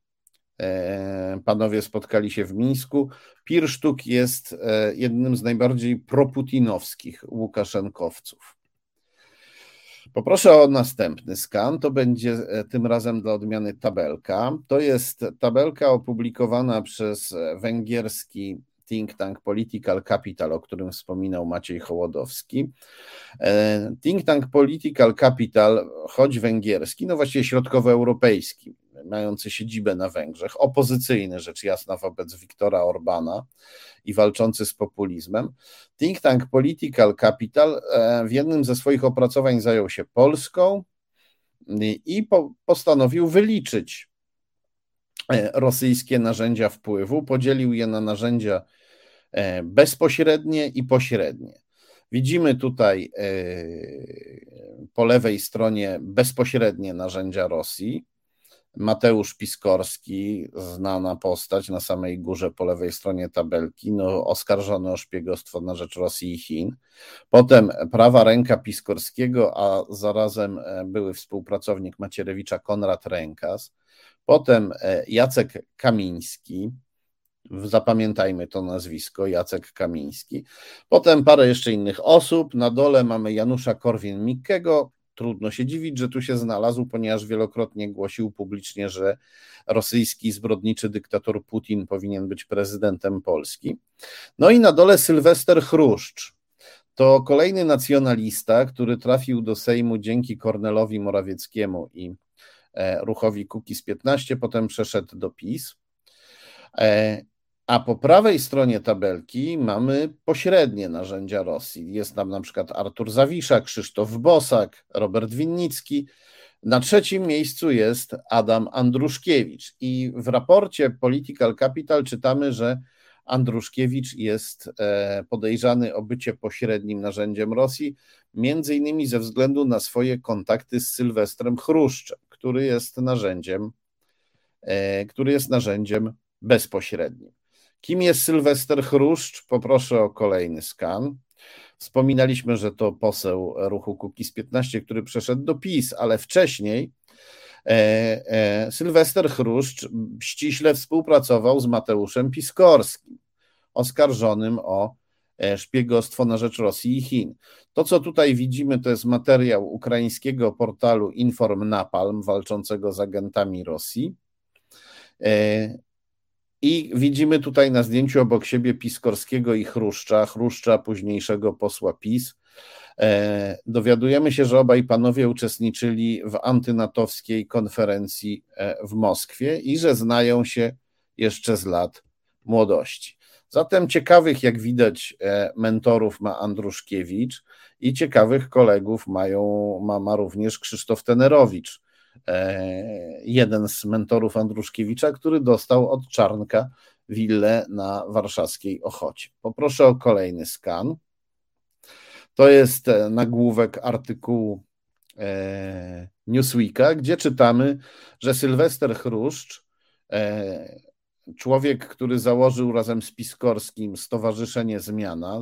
Panowie spotkali się w Mińsku. Pirsztuk jest jednym z najbardziej proputinowskich łukaszenkowców. Poproszę o następny skan. To będzie tym razem dla odmiany tabelka. To jest tabelka opublikowana przez węgierski think tank Political Capital, o którym wspominał Maciej Hołodowski. Think tank Political Capital, choć węgierski, no właściwie środkowoeuropejski, mający siedzibę na Węgrzech, opozycyjny rzecz jasna wobec Viktora Orbana i walczący z populizmem. Think tank Political Capital w jednym ze swoich opracowań zajął się Polską i po, postanowił wyliczyć rosyjskie narzędzia wpływu, podzielił je na narzędzia bezpośrednie i pośrednie. Widzimy tutaj po lewej stronie bezpośrednie narzędzia Rosji. Mateusz Piskorski, znana postać na samej górze po lewej stronie tabelki, no, oskarżony o szpiegostwo na rzecz Rosji i Chin. Potem prawa ręka Piskorskiego, a zarazem były współpracownik Macierewicza Konrad Rękas. Potem Jacek Kamiński, zapamiętajmy to nazwisko, Jacek Kamiński. Potem parę jeszcze innych osób. Na dole mamy Janusza Korwin-Mikkego. Trudno się dziwić, że tu się znalazł, ponieważ wielokrotnie głosił publicznie, że rosyjski zbrodniczy dyktator Putin powinien być prezydentem Polski. No i na dole Sylwester Chruszcz. To kolejny nacjonalista, który trafił do Sejmu dzięki Kornelowi Morawieckiemu i ruchowi Kukiz piętnaście, potem przeszedł do PiS. A po prawej stronie tabelki mamy pośrednie narzędzia Rosji. Jest tam na przykład Artur Zawisza, Krzysztof Bosak, Robert Winnicki. Na trzecim miejscu jest Adam Andruszkiewicz. I w raporcie Political Capital czytamy, że Andruszkiewicz jest podejrzany o bycie pośrednim narzędziem Rosji, między innymi ze względu na swoje kontakty z Sylwestrem Chruszczem, który jest narzędziem, który jest narzędziem bezpośrednim. Kim jest Sylwester Chruszcz? Poproszę o kolejny skan. Wspominaliśmy, że to poseł ruchu Kukiz piętnaście, który przeszedł do PiS, ale wcześniej e, e, Sylwester Chruszcz ściśle współpracował z Mateuszem Piskorskim, oskarżonym o szpiegostwo na rzecz Rosji i Chin. To, co tutaj widzimy, to jest materiał ukraińskiego portalu Inform Napalm, walczącego z agentami Rosji. E, I widzimy tutaj na zdjęciu obok siebie Piskorskiego i Chruszcza, Chruszcza, późniejszego posła PiS. Dowiadujemy się, że obaj panowie uczestniczyli w antynatowskiej konferencji w Moskwie i że znają się jeszcze z lat młodości. Zatem ciekawych, jak widać, mentorów ma Andruszkiewicz i ciekawych kolegów mają, ma, ma również Krzysztof Tenerowicz, jeden z mentorów Andruszkiewicza, który dostał od Czarnka willę na warszawskiej Ochocie. Poproszę o kolejny skan. To jest nagłówek artykułu Newsweeka, gdzie czytamy, że Sylwester Chruszcz, człowiek, który założył razem z Piskorskim Stowarzyszenie Zmiana,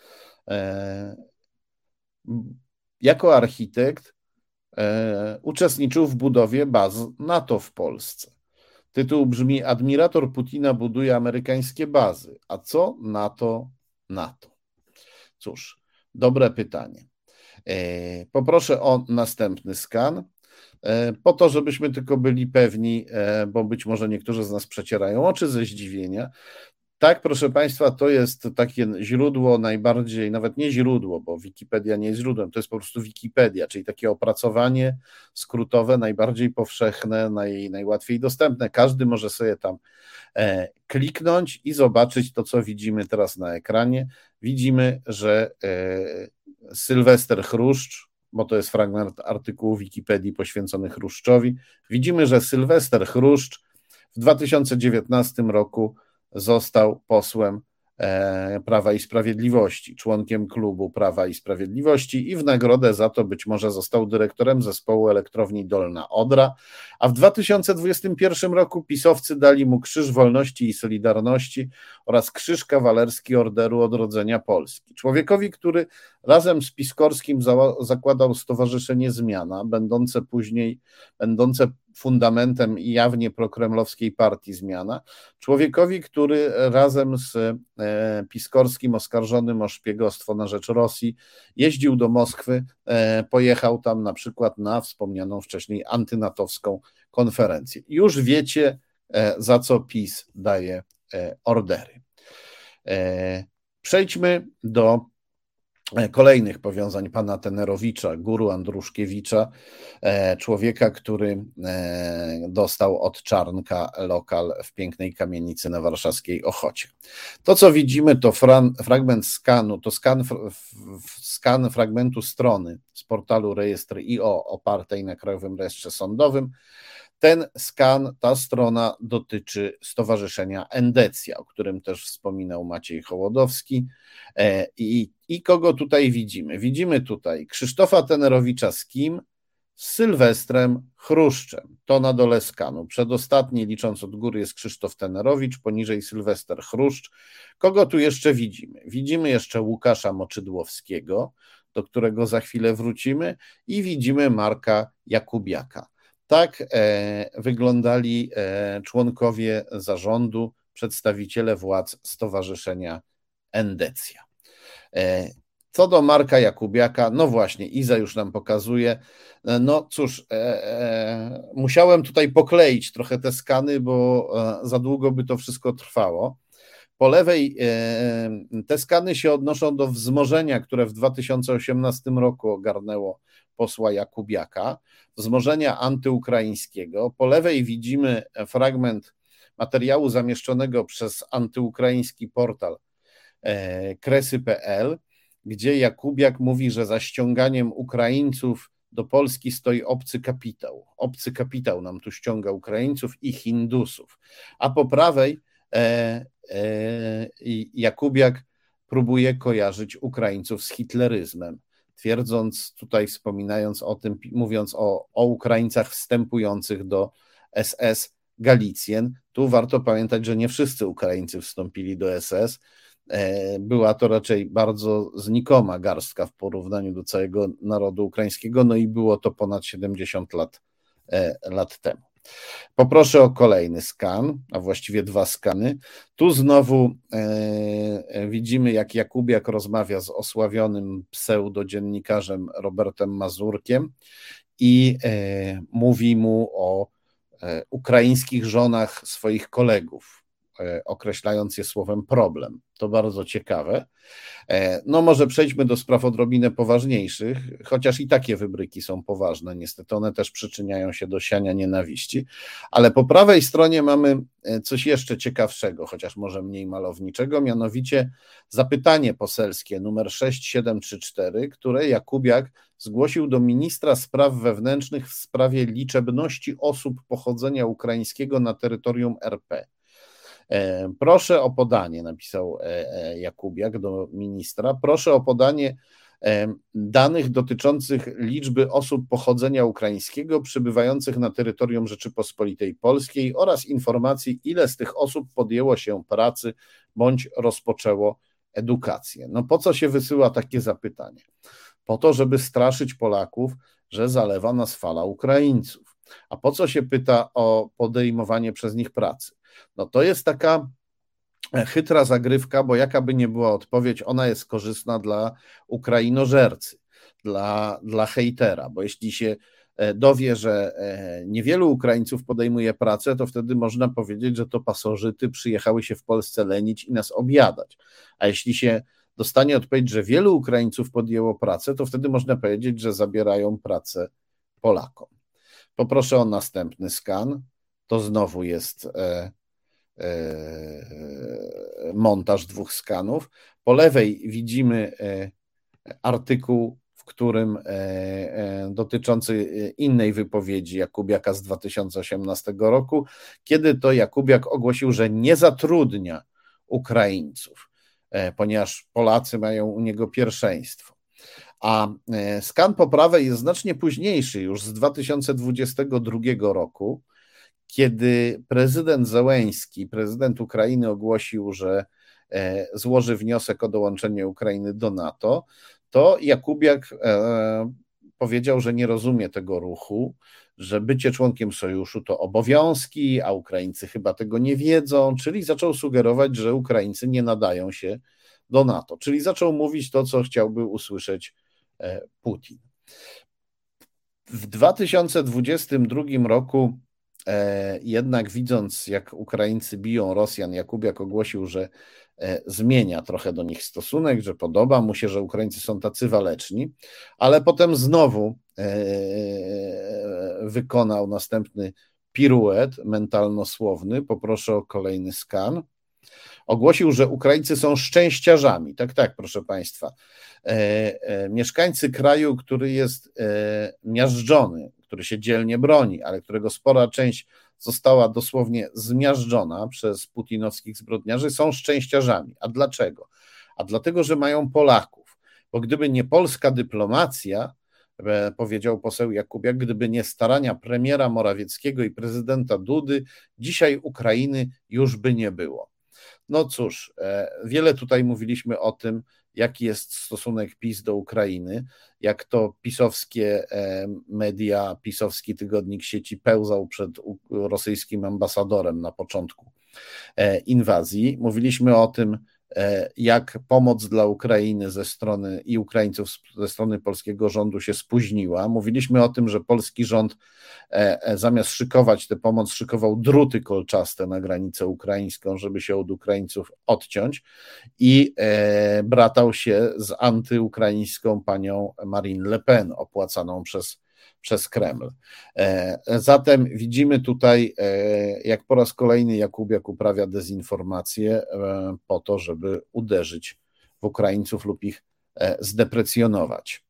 jako architekt uczestniczył w budowie baz NATO w Polsce. Tytuł brzmi: Admirator Putina buduje amerykańskie bazy. A co NATO NATO? Cóż, dobre pytanie. Poproszę o następny skan, po to, żebyśmy tylko byli pewni, bo być może niektórzy z nas przecierają oczy ze zdziwienia. Tak, proszę Państwa, to jest takie źródło najbardziej, nawet nie źródło, bo Wikipedia nie jest źródłem, to jest po prostu Wikipedia, czyli takie opracowanie skrótowe, najbardziej powszechne, naj, najłatwiej dostępne. Każdy może sobie tam e, kliknąć i zobaczyć to, co widzimy teraz na ekranie. Widzimy, że e, Sylwester Chruszcz, bo to jest fragment artykułu Wikipedii poświęcony Chruszczowi, widzimy, że Sylwester Chruszcz w dwa tysiące dziewiętnastym roku został posłem Prawa i Sprawiedliwości, członkiem klubu Prawa i Sprawiedliwości i w nagrodę za to być może został dyrektorem zespołu elektrowni Dolna Odra, a w dwa tysiące dwudziestym pierwszym roku pisowcy dali mu Krzyż Wolności i Solidarności oraz Krzyż Kawalerski Orderu Odrodzenia Polski. Człowiekowi, który razem z Piskorskim zakładał Stowarzyszenie Zmiana, będące później, będące fundamentem jawnie prokremlowskiej partii Zmiana, człowiekowi, który razem z Piskorskim, oskarżonym o szpiegostwo na rzecz Rosji, jeździł do Moskwy, pojechał tam na przykład na wspomnianą wcześniej antynatowską konferencję. Już wiecie, za co PiS daje ordery. Przejdźmy do kolejnych powiązań pana Tenerowicza, guru Andruszkiewicza, człowieka, który dostał od Czarnka lokal w pięknej kamienicy na warszawskiej Ochocie. To, co widzimy, to fran, fragment skanu, to skan, skan fragmentu strony z portalu Rejestr I O opartej na Krajowym Rejestrze Sądowym. Ten skan, ta strona dotyczy Stowarzyszenia Endecja, o którym też wspominał Maciej Hołodowski. I, i kogo tutaj widzimy? Widzimy tutaj Krzysztofa Tenerowicza z kim? Z Sylwestrem Chruszczem. To na dole skanu. Przedostatni, licząc od góry, jest Krzysztof Tenerowicz, poniżej Sylwester Chruszcz. Kogo tu jeszcze widzimy? Widzimy jeszcze Łukasza Moczydłowskiego, do którego za chwilę wrócimy, i widzimy Marka Jakubiaka. Tak e, wyglądali e, członkowie zarządu, przedstawiciele władz Stowarzyszenia Endecja. E, co do Marka Jakubiaka, no właśnie, Iza już nam pokazuje. No cóż, e, e, musiałem tutaj pokleić trochę te skany, bo e, za długo by to wszystko trwało. Po lewej e, te skany się odnoszą do wzmożenia, które w dwa tysiące osiemnastym roku ogarnęło posła Jakubiaka, wzmożenia antyukraińskiego. Po lewej widzimy fragment materiału zamieszczonego przez antyukraiński portal kresy kropka pe el, gdzie Jakubiak mówi, że za ściąganiem Ukraińców do Polski stoi obcy kapitał. Obcy kapitał nam tu ściąga Ukraińców i Hindusów. A po prawej e, e, Jakubiak próbuje kojarzyć Ukraińców z hitleryzmem, twierdząc tutaj, wspominając o tym, mówiąc o, o Ukraińcach wstępujących do es es Galicjen. Tu warto pamiętać, że nie wszyscy Ukraińcy wstąpili do es es. Była to raczej bardzo znikoma garstka w porównaniu do całego narodu ukraińskiego, no i było to ponad siedemdziesiąt lat, lat temu. Poproszę o kolejny skan, a właściwie dwa skany. Tu znowu e, widzimy, jak Jakubiak rozmawia z osławionym pseudodziennikarzem Robertem Mazurkiem i e, mówi mu o e, ukraińskich żonach swoich kolegów, e, określając je słowem problem. To bardzo ciekawe. E, no może przejdźmy do spraw odrobinę poważniejszych, chociaż i takie wybryki są poważne, niestety one też przyczyniają się do siania nienawiści, ale po prawej stronie mamy coś jeszcze ciekawszego, chociaż może mniej malowniczego, mianowicie zapytanie poselskie numer sześć siedem trzy cztery, które Jakubiak zgłosił do ministra spraw wewnętrznych w sprawie liczebności osób pochodzenia ukraińskiego na terytorium er pe. Proszę o podanie, napisał Jakubiak do ministra, proszę o podanie danych dotyczących liczby osób pochodzenia ukraińskiego przybywających na terytorium Rzeczypospolitej Polskiej oraz informacji, ile z tych osób podjęło się pracy bądź rozpoczęło edukację. No po co się wysyła takie zapytanie? Po to, żeby straszyć Polaków, że zalewa nas fala Ukraińców. A po co się pyta o podejmowanie przez nich pracy? No to jest taka chytra zagrywka, bo jaka by nie była odpowiedź, ona jest korzystna dla Ukrainożercy, dla, dla hejtera, bo jeśli się dowie, że niewielu Ukraińców podejmuje pracę, to wtedy można powiedzieć, że to pasożyty przyjechały się w Polsce lenić i nas objadać. A jeśli się dostanie odpowiedź, że wielu Ukraińców podjęło pracę, to wtedy można powiedzieć, że zabierają pracę Polakom. Poproszę o następny skan. To znowu jest e, e, montaż dwóch skanów. Po lewej widzimy e, artykuł, w którym e, e, dotyczący innej wypowiedzi Jakubiaka z dwa tysiące osiemnastego roku, kiedy to Jakubiak ogłosił, że nie zatrudnia Ukraińców. ponieważ Polacy mają u niego pierwszeństwo. A skan po prawej jest znacznie późniejszy, już z dwa tysiące dwudziestego drugiego roku, kiedy prezydent Zełenski, prezydent Ukrainy, ogłosił, że złoży wniosek o dołączenie Ukrainy do NATO, to Jakubiak powiedział, że nie rozumie tego ruchu, że bycie członkiem sojuszu to obowiązki, a Ukraińcy chyba tego nie wiedzą, czyli zaczął sugerować, że Ukraińcy nie nadają się do NATO, czyli zaczął mówić to, co chciałby usłyszeć Putin. W dwa tysiące dwudziestym drugim roku jednak widząc, jak Ukraińcy biją Rosjan, Jakubiak ogłosił, że zmienia trochę do nich stosunek, że podoba mu się, że Ukraińcy są tacy waleczni, ale potem znowu wykonał następny piruet mentalno-słowny. Poproszę o kolejny skan. Ogłosił, że Ukraińcy są szczęściarzami. Tak, tak, proszę Państwa. Mieszkańcy kraju, który jest miażdżony, który się dzielnie broni, ale którego spora część została dosłownie zmiażdżona przez putinowskich zbrodniarzy, są szczęściarzami. A dlaczego? A dlatego, że mają Polaków. Bo gdyby nie polska dyplomacja, powiedział poseł Jakubiak, gdyby nie starania premiera Morawieckiego i prezydenta Dudy, dzisiaj Ukrainy już by nie było. No cóż, wiele tutaj mówiliśmy o tym, jaki jest stosunek PiS do Ukrainy, jak to pisowskie media, pisowski tygodnik sieci pełzał przed rosyjskim ambasadorem na początku inwazji. Mówiliśmy o tym, jak pomoc dla Ukrainy ze strony i Ukraińców ze strony polskiego rządu się spóźniła. Mówiliśmy o tym, że polski rząd zamiast szykować tę pomoc, szykował druty kolczaste na granicę ukraińską, żeby się od Ukraińców odciąć i bratał się z antyukraińską panią Marine Le Pen, opłacaną przez przez Kreml. Zatem widzimy tutaj, jak po raz kolejny Jakubiak uprawia dezinformację po to, żeby uderzyć w Ukraińców lub ich zdeprecjonować.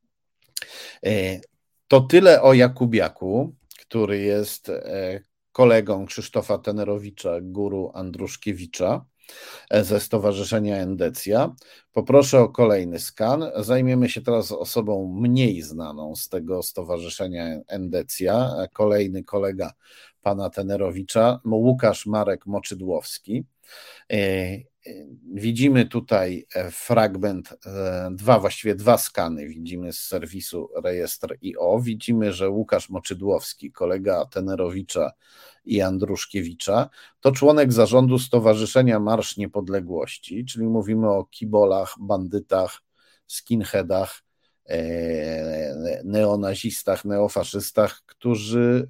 To tyle o Jakubiaku, który jest kolegą Krzysztofa Tenerowicza, guru Andruszkiewicza ze Stowarzyszenia Endecja. Poproszę o kolejny skan. Zajmiemy się teraz osobą mniej znaną z tego Stowarzyszenia Endecja. Kolejny kolega pana Tenerowicza, Łukasz Marek Moczydłowski. Widzimy tutaj fragment, dwa, właściwie dwa skany widzimy z serwisu Rejestr kropka i o. Widzimy, że Łukasz Moczydłowski, kolega Tenerowicza i Andruszkiewicza, to członek zarządu Stowarzyszenia Marsz Niepodległości, czyli mówimy o kibolach, bandytach, skinheadach, neonazistach, neofaszystach, którzy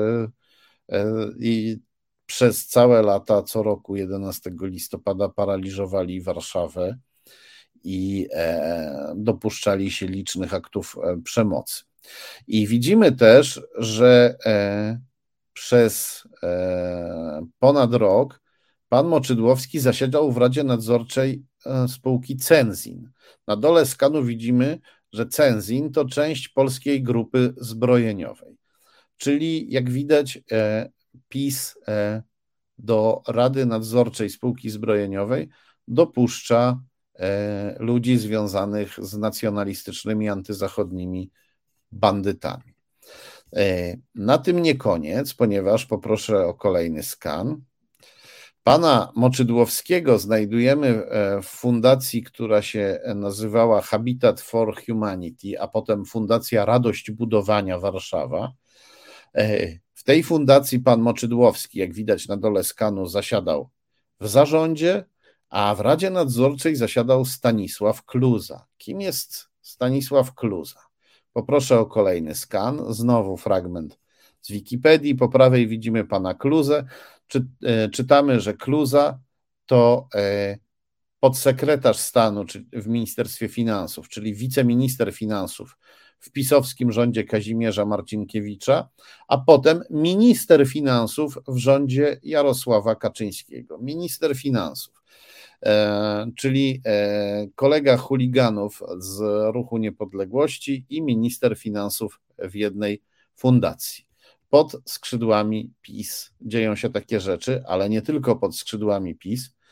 i przez całe lata, co roku jedenastego listopada paraliżowali Warszawę i dopuszczali się licznych aktów przemocy. I widzimy też, że przez ponad rok pan Moczydłowski zasiadał w Radzie Nadzorczej spółki Cenzin. Na dole skanu widzimy, że Cenzin to część polskiej grupy zbrojeniowej. Czyli jak widać, PiS do Rady Nadzorczej Spółki Zbrojeniowej dopuszcza ludzi związanych z nacjonalistycznymi, antyzachodnimi bandytami. Na tym nie koniec, ponieważ poproszę o kolejny skan. Pana Moczydłowskiego znajdujemy w fundacji, która się nazywała Habitat for Humanity, a potem Fundacja Radość Budowania Warszawa. W tej fundacji pan Moczydłowski, jak widać na dole skanu, zasiadał w zarządzie, a w Radzie Nadzorczej zasiadał Stanisław Kluza. Kim jest Stanisław Kluza? Poproszę o kolejny skan. Znowu fragment z Wikipedii. Po prawej widzimy pana Kluzę. Czy, czytamy, że Kluza to podsekretarz stanu w Ministerstwie Finansów, czyli wiceminister finansów w pisowskim rządzie Kazimierza Marcinkiewicza, a potem minister finansów w rządzie Jarosława Kaczyńskiego. Minister finansów, e, czyli e, kolega chuliganów z Ruchu Niepodległości i minister finansów w jednej fundacji. Pod skrzydłami PiS dzieją się takie rzeczy, ale nie tylko pod skrzydłami PiS,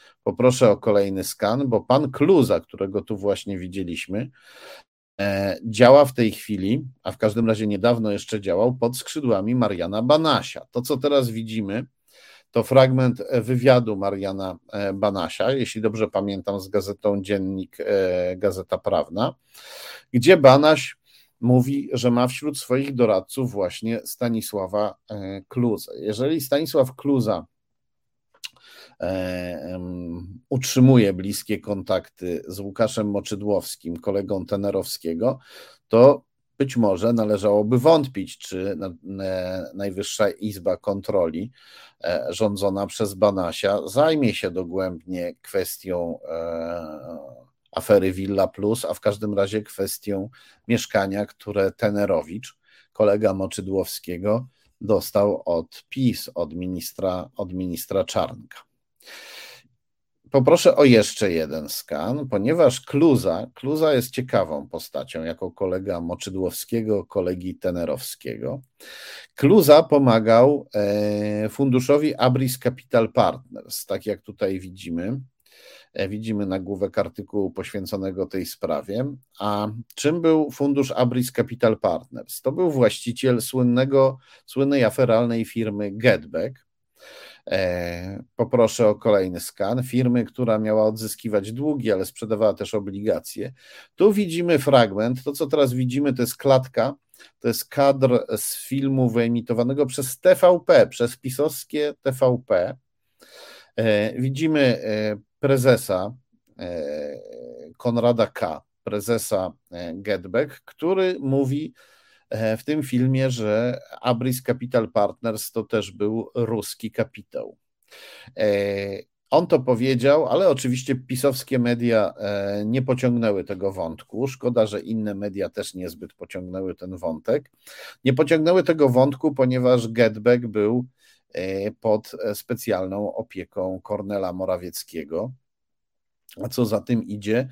Poproszę o kolejny skan, bo pan Kluza, którego tu właśnie widzieliśmy, działa w tej chwili, a w każdym razie niedawno jeszcze działał pod skrzydłami Mariana Banasia. To, co teraz widzimy, to fragment wywiadu Mariana Banasia, jeśli dobrze pamiętam, z gazetą Dziennik, Gazeta Prawna, gdzie Banaś mówi, że ma wśród swoich doradców właśnie Stanisława Kluzę. Jeżeli Stanisław Kluza utrzymuje bliskie kontakty z Łukaszem Moczydłowskim, kolegą Tenerowskiego, to być może należałoby wątpić, czy Najwyższa Izba Kontroli rządzona przez Banasia zajmie się dogłębnie kwestią afery Villa Plus, a w każdym razie kwestią mieszkania, które Tenerowicz, kolega Moczydłowskiego, dostał od PiS, od ministra, od ministra Czarnka. Poproszę o jeszcze jeden skan, ponieważ Kluza, Kluza jest ciekawą postacią jako kolega Moczydłowskiego, kolegi Tenerowskiego. Kluza pomagał funduszowi Abris Capital Partners, tak jak tutaj widzimy. Widzimy nagłówek artykułu poświęconego tej sprawie. A czym był fundusz Abris Capital Partners? To był właściciel słynnego, słynnej aferalnej firmy Getback. Poproszę o kolejny skan. Firmy, która miała odzyskiwać długi, ale sprzedawała też obligacje. Tu widzimy fragment. To, co teraz widzimy, to jest klatka. To jest kadr z filmu wyemitowanego przez T V P, przez pisowskie T V P. Widzimy prezesa Konrada K., prezesa Getback, który mówi w tym filmie, że Abris Capital Partners to też był ruski kapitał. On to powiedział, ale oczywiście pisowskie media nie pociągnęły tego wątku. Szkoda, że inne media też niezbyt pociągnęły ten wątek. Nie pociągnęły tego wątku, ponieważ Getback był pod specjalną opieką Kornela Morawieckiego. A co za tym idzie,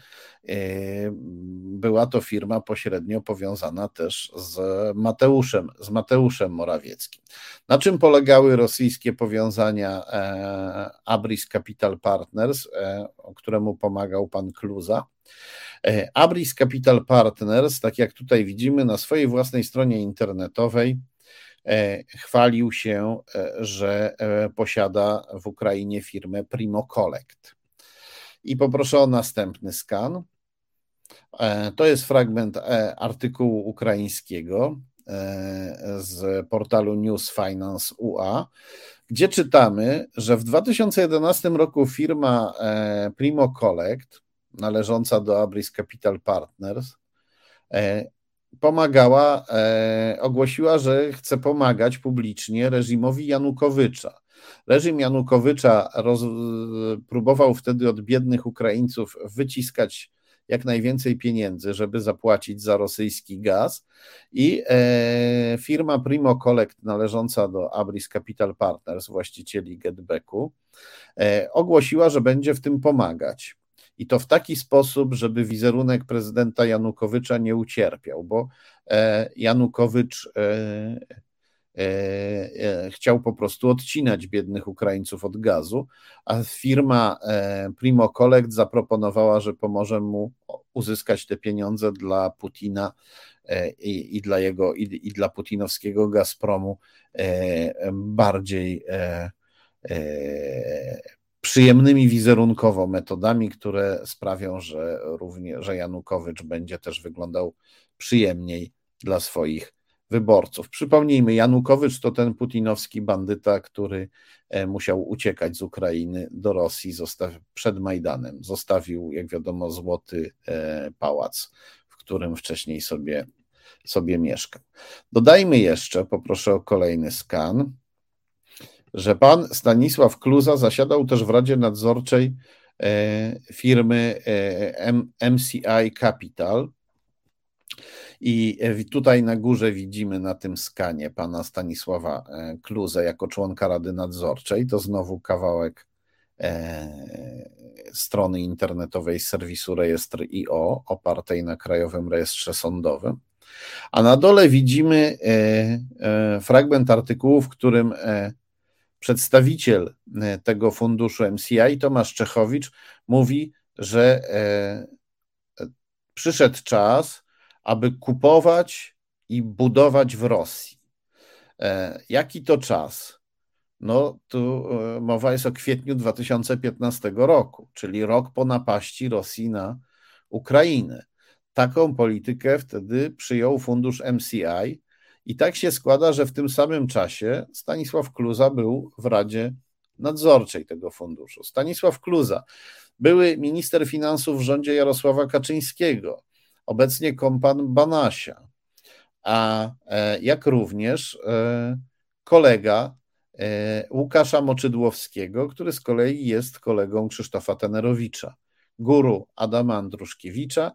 była to firma pośrednio powiązana też z Mateuszem, z Mateuszem Morawieckim. Na czym polegały rosyjskie powiązania Abris Capital Partners, któremu pomagał pan Kluza? Abris Capital Partners, tak jak tutaj widzimy, na swojej własnej stronie internetowej chwalił się, że posiada w Ukrainie firmę Primo Collect. I poproszę o następny skan. To jest fragment artykułu ukraińskiego z portalu News Finance U A, gdzie czytamy, że w dwa tysiące jedenastym roku firma Primo Collect, należąca do Abris Capital Partners, pomagała, ogłosiła, że chce pomagać publicznie reżimowi Janukowycza. Reżim Janukowycza roz, próbował wtedy od biednych Ukraińców wyciskać jak najwięcej pieniędzy, żeby zapłacić za rosyjski gaz i e, firma Primo Collect należąca do Abris Capital Partners, właścicieli Getbacku, e, ogłosiła, że będzie w tym pomagać. I to w taki sposób, żeby wizerunek prezydenta Janukowycza nie ucierpiał, bo e, Janukowycz e, chciał po prostu odcinać biednych Ukraińców od gazu, a firma Primo Collect zaproponowała, że pomoże mu uzyskać te pieniądze dla Putina i, i dla jego i, i dla putinowskiego Gazpromu bardziej przyjemnymi wizerunkowo metodami, które sprawią, że również że Janukowycz będzie też wyglądał przyjemniej dla swoich wyborców. Przypomnijmy, Janukowycz to ten putinowski bandyta, który musiał uciekać z Ukrainy do Rosji zostaw, przed Majdanem. Zostawił, jak wiadomo, złoty pałac, w którym wcześniej sobie, sobie mieszkał. Dodajmy jeszcze, poproszę o kolejny skan, że pan Stanisław Kluza zasiadał też w Radzie Nadzorczej firmy M C I Capital. I tutaj na górze widzimy na tym skanie pana Stanisława Kluzę jako członka Rady Nadzorczej. To znowu kawałek strony internetowej serwisu Rejestr kropka i o opartej na Krajowym Rejestrze Sądowym. A na dole widzimy fragment artykułu, w którym przedstawiciel tego funduszu M C I, Tomasz Czechowicz, mówi, że przyszedł czas, aby kupować i budować w Rosji. Jaki to czas? No tu mowa jest o kwietniu dwa tysiące piętnastego roku, czyli rok po napaści Rosji na Ukrainę. Taką politykę wtedy przyjął fundusz M C I i tak się składa, że w tym samym czasie Stanisław Kluza był w Radzie Nadzorczej tego funduszu. Stanisław Kluza, były minister finansów w rządzie Jarosława Kaczyńskiego, obecnie kompan Banasia, a jak również kolega Łukasza Moczydłowskiego, który z kolei jest kolegą Krzysztofa Tenerowicza, guru Adama Andruszkiewicza,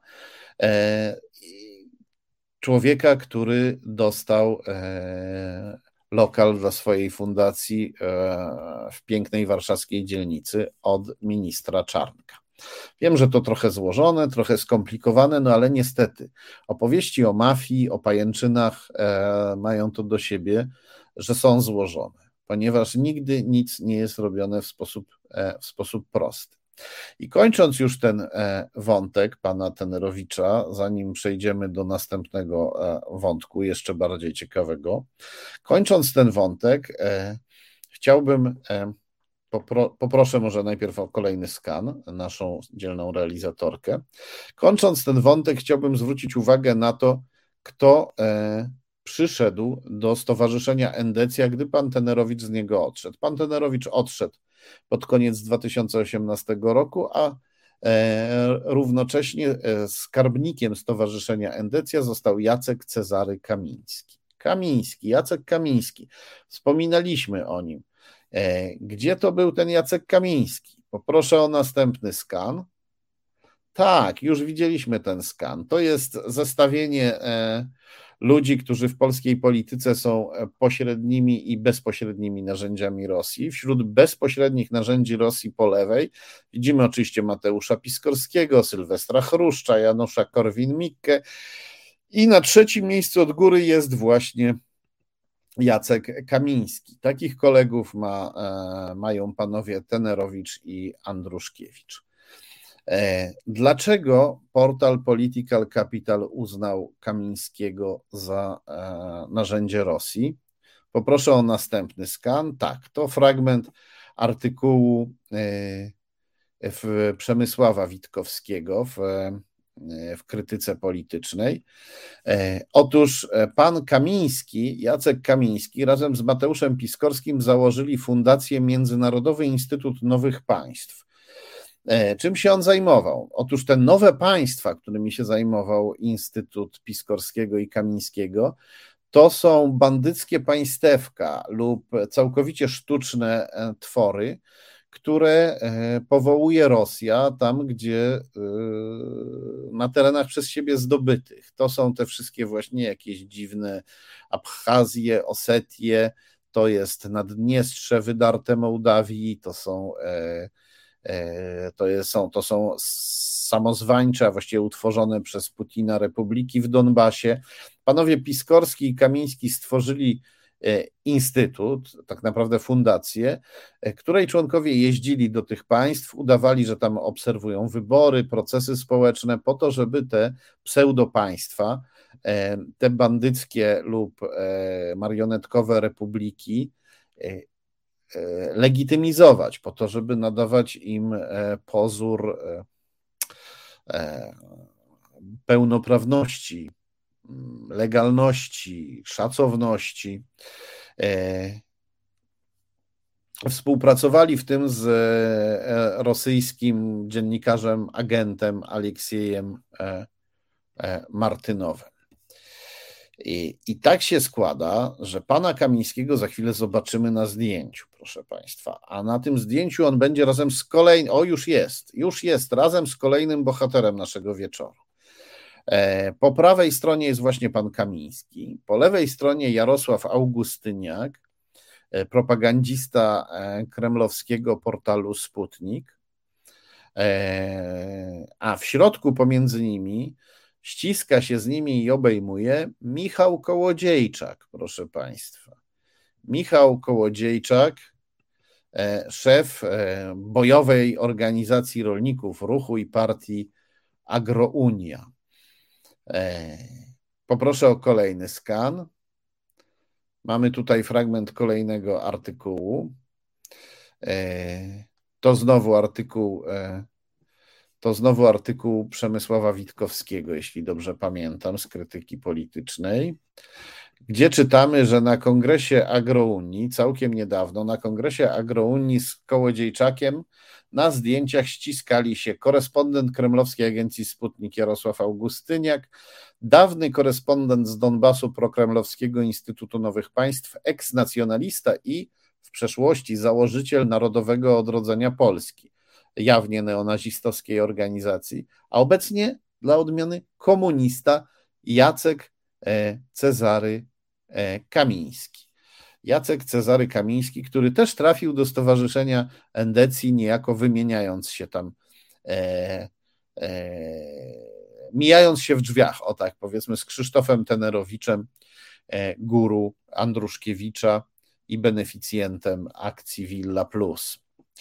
człowieka, który dostał lokal dla swojej fundacji w pięknej warszawskiej dzielnicy od ministra Czarnka. Wiem, że to trochę złożone, trochę skomplikowane, no ale niestety opowieści o mafii, o pajęczynach mają to do siebie, że są złożone, ponieważ nigdy nic nie jest robione w sposób, w sposób prosty. I kończąc już ten wątek pana Tenerowicza, zanim przejdziemy do następnego wątku, jeszcze bardziej ciekawego, kończąc ten wątek, chciałbym, popro, poproszę może najpierw o kolejny skan, naszą dzielną realizatorkę. Kończąc ten wątek, chciałbym zwrócić uwagę na to, kto przyszedł do Stowarzyszenia Endecja, gdy pan Tenerowicz z niego odszedł. Pan Tenerowicz odszedł pod koniec dwa tysiące osiemnastego roku, a równocześnie skarbnikiem Stowarzyszenia Endecja został Jacek Cezary Kamiński. Kamiński, Jacek Kamiński. Wspominaliśmy o nim. Gdzie to był ten Jacek Kamiński? Poproszę o następny skan. Tak, już widzieliśmy ten skan. To jest zestawienie ludzi, którzy w polskiej polityce są pośrednimi i bezpośrednimi narzędziami Rosji. Wśród bezpośrednich narzędzi Rosji po lewej widzimy oczywiście Mateusza Piskorskiego, Sylwestra Chruszcza, Janusza Korwin-Mikke i na trzecim miejscu od góry jest właśnie Jacek Kamiński. Takich kolegów ma, mają panowie Tenerowicz i Andruszkiewicz. Dlaczego portal Political Capital uznał Kamińskiego za narzędzie Rosji? Poproszę o następny skan. Tak, to fragment artykułu w Przemysława Witkowskiego w, w krytyce politycznej. Otóż pan Kamiński, Jacek Kamiński razem z Mateuszem Piskorskim założyli Fundację Międzynarodowy Instytut Nowych Państw. Czym się on zajmował? Otóż te nowe państwa, którymi się zajmował Instytut Piskorskiego i Kamińskiego, to są bandyckie państewka lub całkowicie sztuczne twory, które powołuje Rosja tam, gdzie na terenach przez siebie zdobytych. To są te wszystkie właśnie jakieś dziwne Abchazje, Osetie, to jest Naddniestrze wydarte Mołdawii, to są To, jest, są, to są samozwańcze, a właściwie utworzone przez Putina republiki w Donbasie. Panowie Piskorski i Kamiński stworzyli instytut, tak naprawdę fundację, której członkowie jeździli do tych państw, udawali, że tam obserwują wybory, procesy społeczne, po to, żeby te pseudopaństwa, te bandyckie lub marionetkowe republiki legitymizować, po to, żeby nadawać im pozór pełnoprawności, legalności, szacowności. Współpracowali w tym z rosyjskim dziennikarzem, agentem Aleksiejem Martynowem. I, I tak się składa, że pana Kamińskiego za chwilę zobaczymy na zdjęciu, proszę państwa, a na tym zdjęciu on będzie razem z kolejnym, o już jest, już jest, razem z kolejnym bohaterem naszego wieczoru. Po prawej stronie jest właśnie pan Kamiński, po lewej stronie Jarosław Augustyniak, propagandista kremlowskiego portalu Sputnik, a w środku pomiędzy nimi ściska się z nimi i obejmuje Michał Kołodziejczak, proszę państwa. Michał Kołodziejczak szef bojowej organizacji rolników, ruchu i partii Agrounia. Poproszę o kolejny skan. Mamy tutaj fragment kolejnego artykułu. To znowu artykuł, to znowu artykuł Przemysława Witkowskiego, jeśli dobrze pamiętam, z Krytyki Politycznej, gdzie czytamy, że na kongresie Agrounii, całkiem niedawno, na kongresie Agrounii z Kołodziejczakiem na zdjęciach ściskali się korespondent kremlowskiej agencji Sputnik Jarosław Augustyniak, dawny korespondent z Donbasu prokremlowskiego Instytutu Nowych Państw, eksnacjonalista i w przeszłości założyciel Narodowego Odrodzenia Polski, jawnie neonazistowskiej organizacji, a obecnie dla odmiany komunista Jacek Cezary Kamiński. Jacek Cezary Kamiński, który też trafił do Stowarzyszenia Endecji, niejako wymieniając się tam, e, e, mijając się w drzwiach, o tak powiedzmy, z Krzysztofem Tenerowiczem, e, guru Andruszkiewicza i beneficjentem akcji Villa Plus.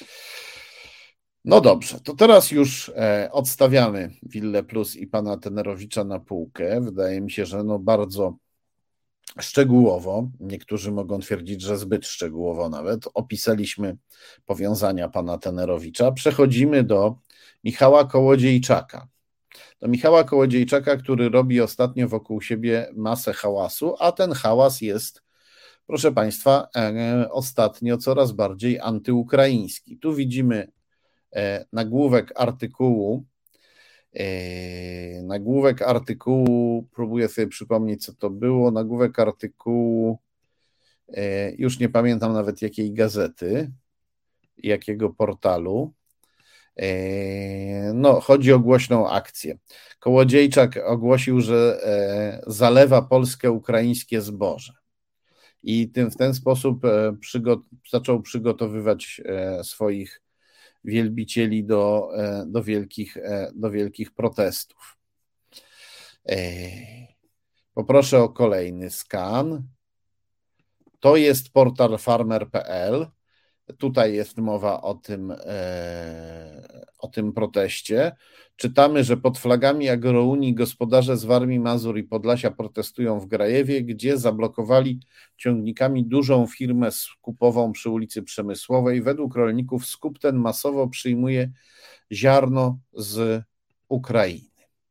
No dobrze, to teraz już odstawiamy Willę Plus i pana Tenerowicza na półkę. Wydaje mi się, że no bardzo szczegółowo, niektórzy mogą twierdzić, że zbyt szczegółowo nawet, opisaliśmy powiązania pana Tenerowicza. Przechodzimy do Michała Kołodziejczaka. Do Michała Kołodziejczaka, który robi ostatnio wokół siebie masę hałasu, a ten hałas jest, proszę państwa, ostatnio coraz bardziej antyukraiński. Tu widzimy nagłówek artykułu, nagłówek artykułu, próbuję sobie przypomnieć, co to było, nagłówek artykułu, już nie pamiętam nawet jakiej gazety, jakiego portalu. No, chodzi o głośną akcję. Kołodziejczak ogłosił, że zalewa Polskę ukraińskie zboże i tym, w ten sposób przygo- zaczął przygotowywać swoich wielbicieli do, do, wielkich, do wielkich protestów. Poproszę o kolejny skan. To jest portal farmer kropka p l. Tutaj jest mowa o tym, o tym proteście. Czytamy, że pod flagami Agrounii gospodarze z Warmii, Mazur i Podlasia protestują w Grajewie, gdzie zablokowali ciągnikami dużą firmę skupową przy ulicy Przemysłowej. Według rolników skup ten masowo przyjmuje ziarno z Ukrainy.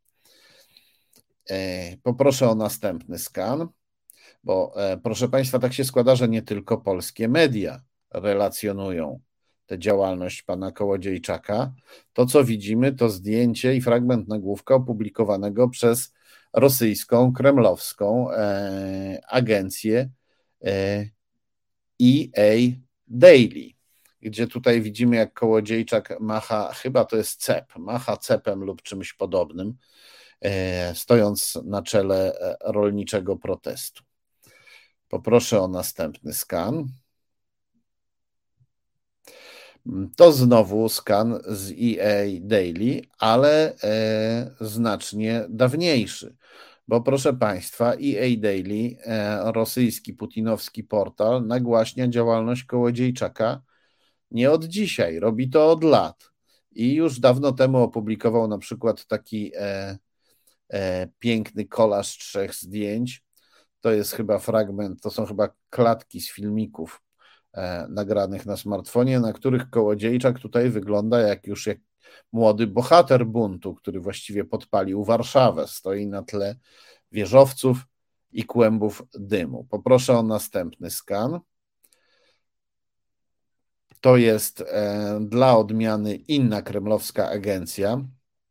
Poproszę o następny skan, bo proszę państwa, tak się składa, że nie tylko polskie media relacjonują tę działalność pana Kołodziejczaka. To, co widzimy, to zdjęcie i fragment nagłówka opublikowanego przez rosyjską, kremlowską e, agencję e, E A Daily, gdzie tutaj widzimy, jak Kołodziejczak macha, chyba to jest cep, macha cepem lub czymś podobnym, e, stojąc na czele rolniczego protestu. Poproszę o następny skan. To znowu skan z E A Daily, ale e, znacznie dawniejszy, bo proszę państwa, E A Daily, e, rosyjski, putinowski portal, nagłaśnia działalność Kołodziejczaka nie od dzisiaj, robi to od lat i już dawno temu opublikował na przykład taki e, e, piękny kolaż trzech zdjęć. To jest chyba fragment, to są chyba klatki z filmików nagranych na smartfonie, na których Kołodziejczak tutaj wygląda jak już jak młody bohater buntu, który właściwie podpalił Warszawę. Stoi na tle wieżowców i kłębów dymu. Poproszę o następny skan. To jest dla odmiany inna kremlowska agencja,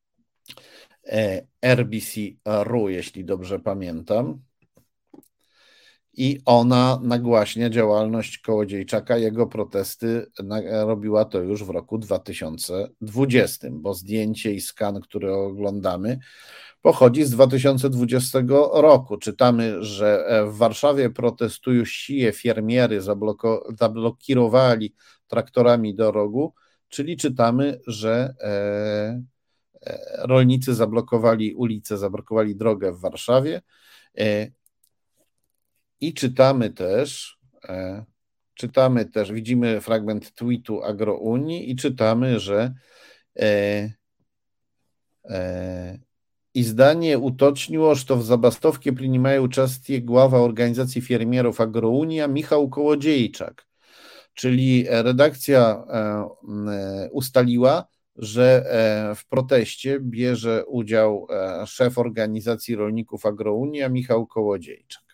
R B C R U, jeśli dobrze pamiętam. I ona nagłaśnia działalność Kołodziejczaka, jego protesty, robiła to już w roku dwa tysiące dwudziestym, bo zdjęcie i skan, który oglądamy, pochodzi z dwa tysiące dwudziestego roku. Czytamy, że w Warszawie protestują sije fermiery, zabloko- zablokirowali traktorami drogę, czyli czytamy, że e, e, rolnicy zablokowali ulicę, zablokowali drogę w Warszawie. E, I czytamy też, czytamy też, widzimy fragment tweetu Agrounii i czytamy, że e, e, izdanie utočnilo, że w zabastowce przyjmują uczestnie głowa organizacji fermierów Agrounia Michał Kołodziejczak. Czyli redakcja ustaliła, że w proteście bierze udział szef organizacji rolników Agrounia Michał Kołodziejczak.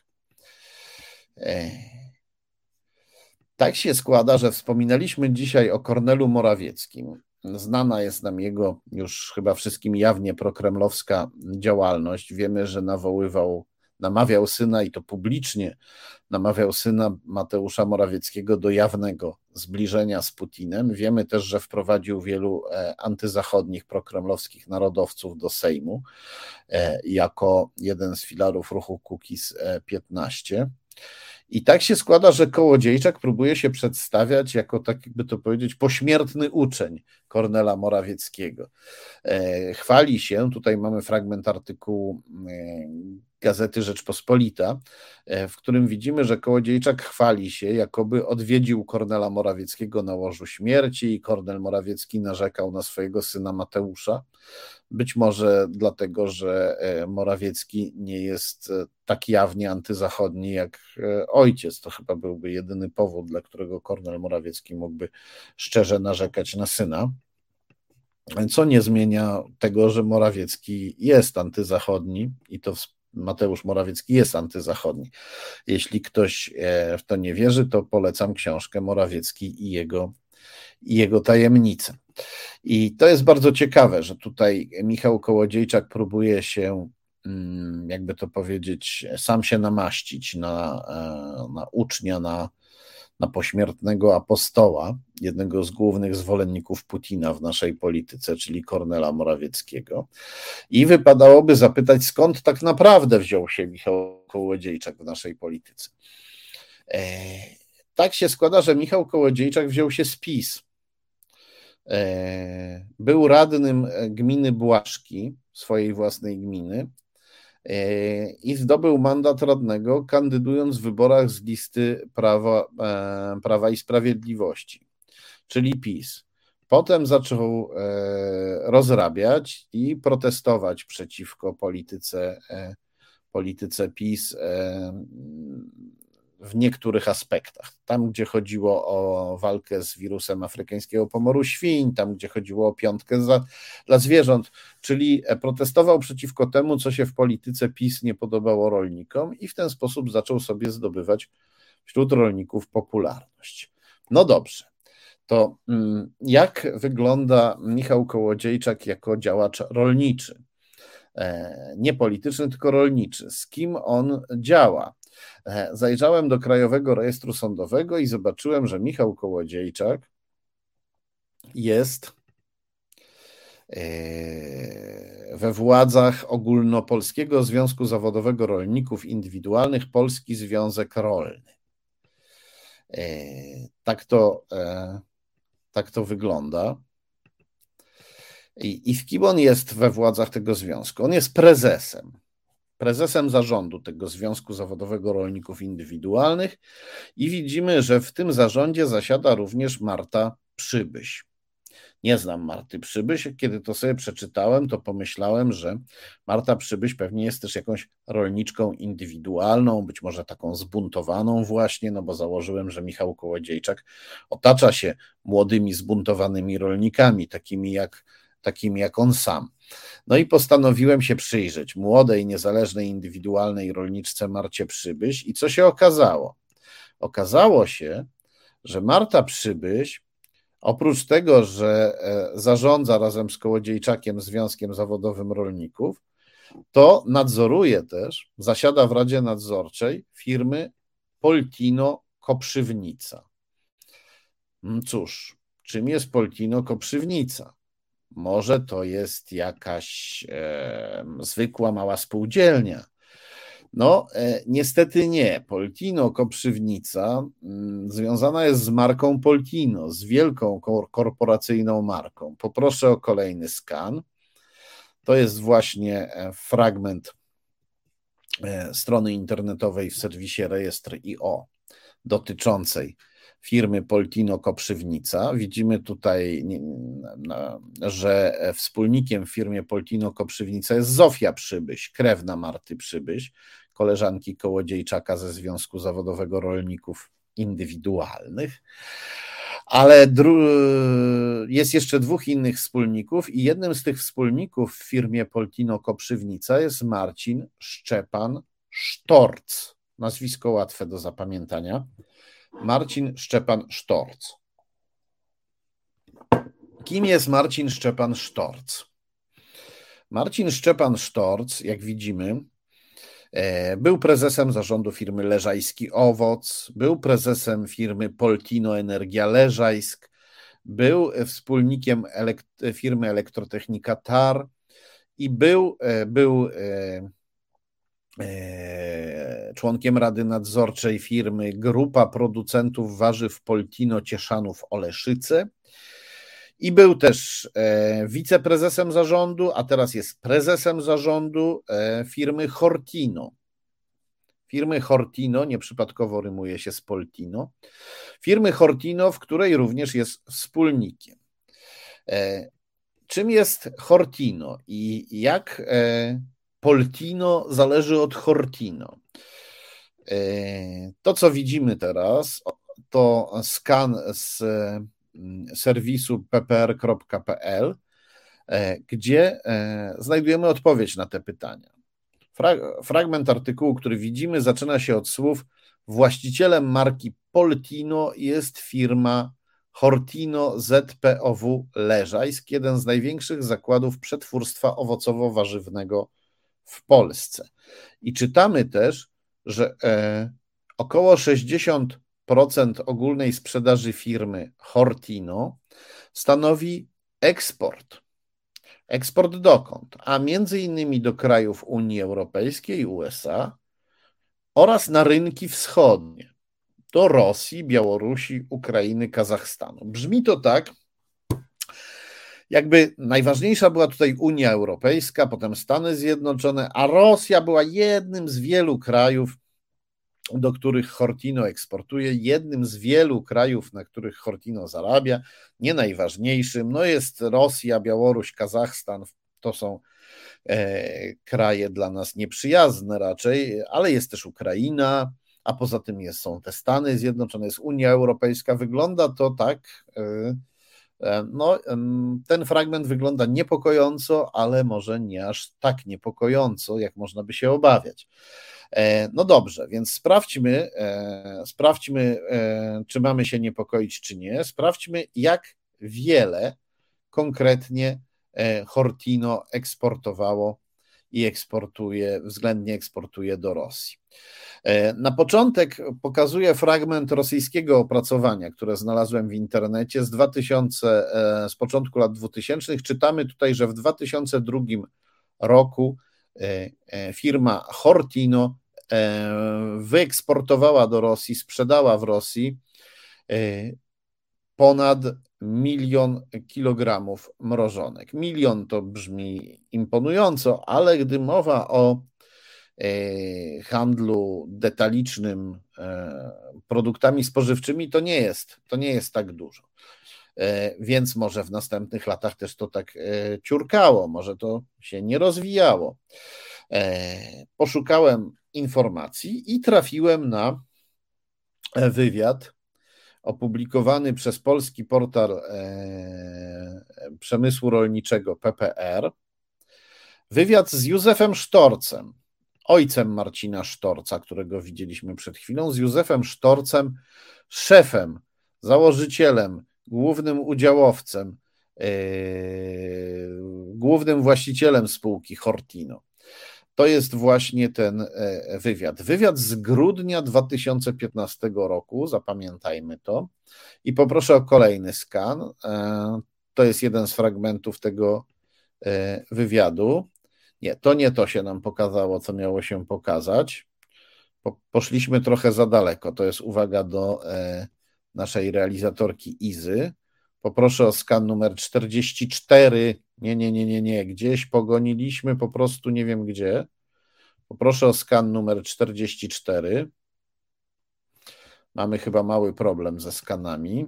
Tak się składa, że wspominaliśmy dzisiaj o Kornelu Morawieckim. Znana jest nam jego już chyba wszystkim jawnie prokremlowska działalność. Wiemy, że nawoływał, namawiał syna i to publicznie namawiał syna Mateusza Morawieckiego do jawnego zbliżenia z Putinem. Wiemy też, że wprowadził wielu antyzachodnich prokremlowskich narodowców do Sejmu jako jeden z filarów ruchu Kukiz piętnaście. I tak się składa, że Kołodziejczak próbuje się przedstawiać jako, tak jakby to powiedzieć, pośmiertny uczeń Kornela Morawieckiego. Chwali się, tutaj mamy fragment artykułu Gazety Rzeczpospolita, w którym widzimy, że Kołodziejczak chwali się, jakoby odwiedził Kornela Morawieckiego na łożu śmierci i Kornel Morawiecki narzekał na swojego syna Mateusza. Być może dlatego, że Morawiecki nie jest tak jawnie antyzachodni jak ojciec. To chyba byłby jedyny powód, dla którego Kornel Morawiecki mógłby szczerze narzekać na syna. Co nie zmienia tego, że Morawiecki jest antyzachodni i to Mateusz Morawiecki jest antyzachodni. Jeśli ktoś w to nie wierzy, to polecam książkę Morawiecki i jego, i jego tajemnice. I to jest bardzo ciekawe, że tutaj Michał Kołodziejczak próbuje się, jakby to powiedzieć, sam się namaścić na, na ucznia, na, na pośmiertnego apostoła, jednego z głównych zwolenników Putina w naszej polityce, czyli Kornela Morawieckiego. I wypadałoby zapytać, skąd tak naprawdę wziął się Michał Kołodziejczak w naszej polityce. Tak się składa, że Michał Kołodziejczak wziął się z PiS. Był radnym gminy Błaszki, swojej własnej gminy, i zdobył mandat radnego, kandydując w wyborach z listy Prawa, Prawa i Sprawiedliwości, czyli PiS. Potem zaczął rozrabiać i protestować przeciwko polityce, polityce PiS w niektórych aspektach. Tam, gdzie chodziło o walkę z wirusem afrykańskiego pomoru świń, tam, gdzie chodziło o piątkę za, dla zwierząt, czyli protestował przeciwko temu, co się w polityce PiS nie podobało rolnikom i w ten sposób zaczął sobie zdobywać wśród rolników popularność. No dobrze, to jak wygląda Michał Kołodziejczak jako działacz rolniczy? Nie polityczny, tylko rolniczy. Z kim on działa? Zajrzałem do Krajowego Rejestru Sądowego i zobaczyłem, że Michał Kołodziejczak jest we władzach Ogólnopolskiego Związku Zawodowego Rolników Indywidualnych Polski Związek Rolny. Tak to, tak to wygląda. I, I w kim on jest we władzach tego związku? On jest prezesem. Prezesem zarządu tego Związku Zawodowego Rolników Indywidualnych i widzimy, że w tym zarządzie zasiada również Marta Przybyś. Nie znam Marty Przybyś. Kiedy to sobie przeczytałem, to pomyślałem, że Marta Przybyś pewnie jest też jakąś rolniczką indywidualną, być może taką zbuntowaną właśnie, no bo założyłem, że Michał Kołodziejczak otacza się młodymi, zbuntowanymi rolnikami, takimi jak, takimi jak on sam. No i postanowiłem się przyjrzeć młodej, niezależnej, indywidualnej rolniczce Marcie Przybyś i co się okazało? Okazało się, że Marta Przybyś oprócz tego, że zarządza razem z Kołodziejczakiem Związkiem Zawodowym Rolników, to nadzoruje też, zasiada w Radzie Nadzorczej firmy Poltino Koprzywnica. Cóż, czym jest Poltino Koprzywnica? Może to jest jakaś e, zwykła mała spółdzielnia. No, e, niestety nie. Poltino Koprzywnica m, związana jest z marką Poltino, z wielką kor- korporacyjną marką. Poproszę o kolejny skan. To jest właśnie fragment e, strony internetowej w serwisie rejestr kropka i o dotyczącej firmy Poltino Koprzywnica. Widzimy tutaj, że wspólnikiem w firmie Poltino Koprzywnica jest Zofia Przybyś, krewna Marty Przybyś, koleżanki Kołodziejczaka ze Związku Zawodowego Rolników Indywidualnych. Ale dru- jest jeszcze dwóch innych wspólników i jednym z tych wspólników w firmie Poltino Koprzywnica jest Marcin Szczepan Sztorc. Nazwisko łatwe do zapamiętania. Marcin Szczepan Sztorc. Kim jest Marcin Szczepan Sztorc? Marcin Szczepan Sztorc, jak widzimy, był prezesem zarządu firmy Leżajski Owoc, był prezesem firmy Poltino Energia Leżajsk, był wspólnikiem elekt- firmy Elektrotechnika T A R i był, był członkiem Rady Nadzorczej firmy Grupa Producentów Warzyw Poltino Cieszanów Oleszyce i był też wiceprezesem zarządu, a teraz jest prezesem zarządu firmy Hortino. Firmy Hortino, nieprzypadkowo rymuje się z Poltino. Firmy Hortino, w której również jest wspólnikiem. Czym jest Hortino i jak Poltino zależy od Hortino? To, co widzimy teraz, to skan z serwisu p p r kropka p l, gdzie znajdujemy odpowiedź na te pytania. Fragment artykułu, który widzimy, zaczyna się od słów: właścicielem marki Poltino jest firma Hortino Z P O W Leżajsk, jeden z największych zakładów przetwórstwa owocowo-warzywnego w Polsce. I czytamy też, że e, około sześćdziesiąt procent ogólnej sprzedaży firmy Hortino stanowi eksport. Eksport dokąd? A między innymi do krajów Unii Europejskiej i U S A oraz na rynki wschodnie, do Rosji, Białorusi, Ukrainy, Kazachstanu. Brzmi to tak, jakby najważniejsza była tutaj Unia Europejska, potem Stany Zjednoczone, a Rosja była jednym z wielu krajów, do których Hortino eksportuje, jednym z wielu krajów, na których Hortino zarabia, nie najważniejszym. No jest Rosja, Białoruś, Kazachstan, to są e, kraje dla nas nieprzyjazne raczej, ale jest też Ukraina, a poza tym jest, są te Stany Zjednoczone, jest Unia Europejska. Wygląda to tak, e, no ten fragment wygląda niepokojąco, ale może nie aż tak niepokojąco, jak można by się obawiać. No dobrze, więc sprawdźmy, sprawdźmy, czy mamy się niepokoić, czy nie. Sprawdźmy, jak wiele konkretnie Hortino eksportowało i eksportuje, względnie eksportuje do Rosji. Na początek pokazuję fragment rosyjskiego opracowania, które znalazłem w internecie z, dwa tysiące, z początku lat dwutysięcznych. Czytamy tutaj, że w dwa tysiące drugim roku firma Hortino wyeksportowała do Rosji, sprzedała w Rosji ponad milion kilogramów mrożonek. Milion to brzmi imponująco, ale gdy mowa o handlu detalicznym produktami spożywczymi, to nie jest, to nie jest tak dużo. Więc może w następnych latach też to tak ciurkało, może to się nie rozwijało. Poszukałem informacji i trafiłem na wywiad opublikowany przez polski portal przemysłu rolniczego P P R. Wywiad z Józefem Sztorcem, ojcem Marcina Sztorca, którego widzieliśmy przed chwilą, z Józefem Sztorcem, szefem, założycielem, głównym udziałowcem, yy, głównym właścicielem spółki Hortino. To jest właśnie ten wywiad. Wywiad z grudnia dwa tysiące piętnastego roku, zapamiętajmy to. I poproszę o kolejny skan. To jest jeden z fragmentów tego wywiadu. Nie, to nie to się nam pokazało, co miało się pokazać. Po, poszliśmy trochę za daleko. To jest uwaga do e, naszej realizatorki Izy. Poproszę o skan numer czterdzieści cztery. Nie, nie, nie, nie, nie. Gdzieś pogoniliśmy, po prostu nie wiem gdzie. Poproszę o skan numer czterdzieści cztery. Mamy chyba mały problem ze skanami.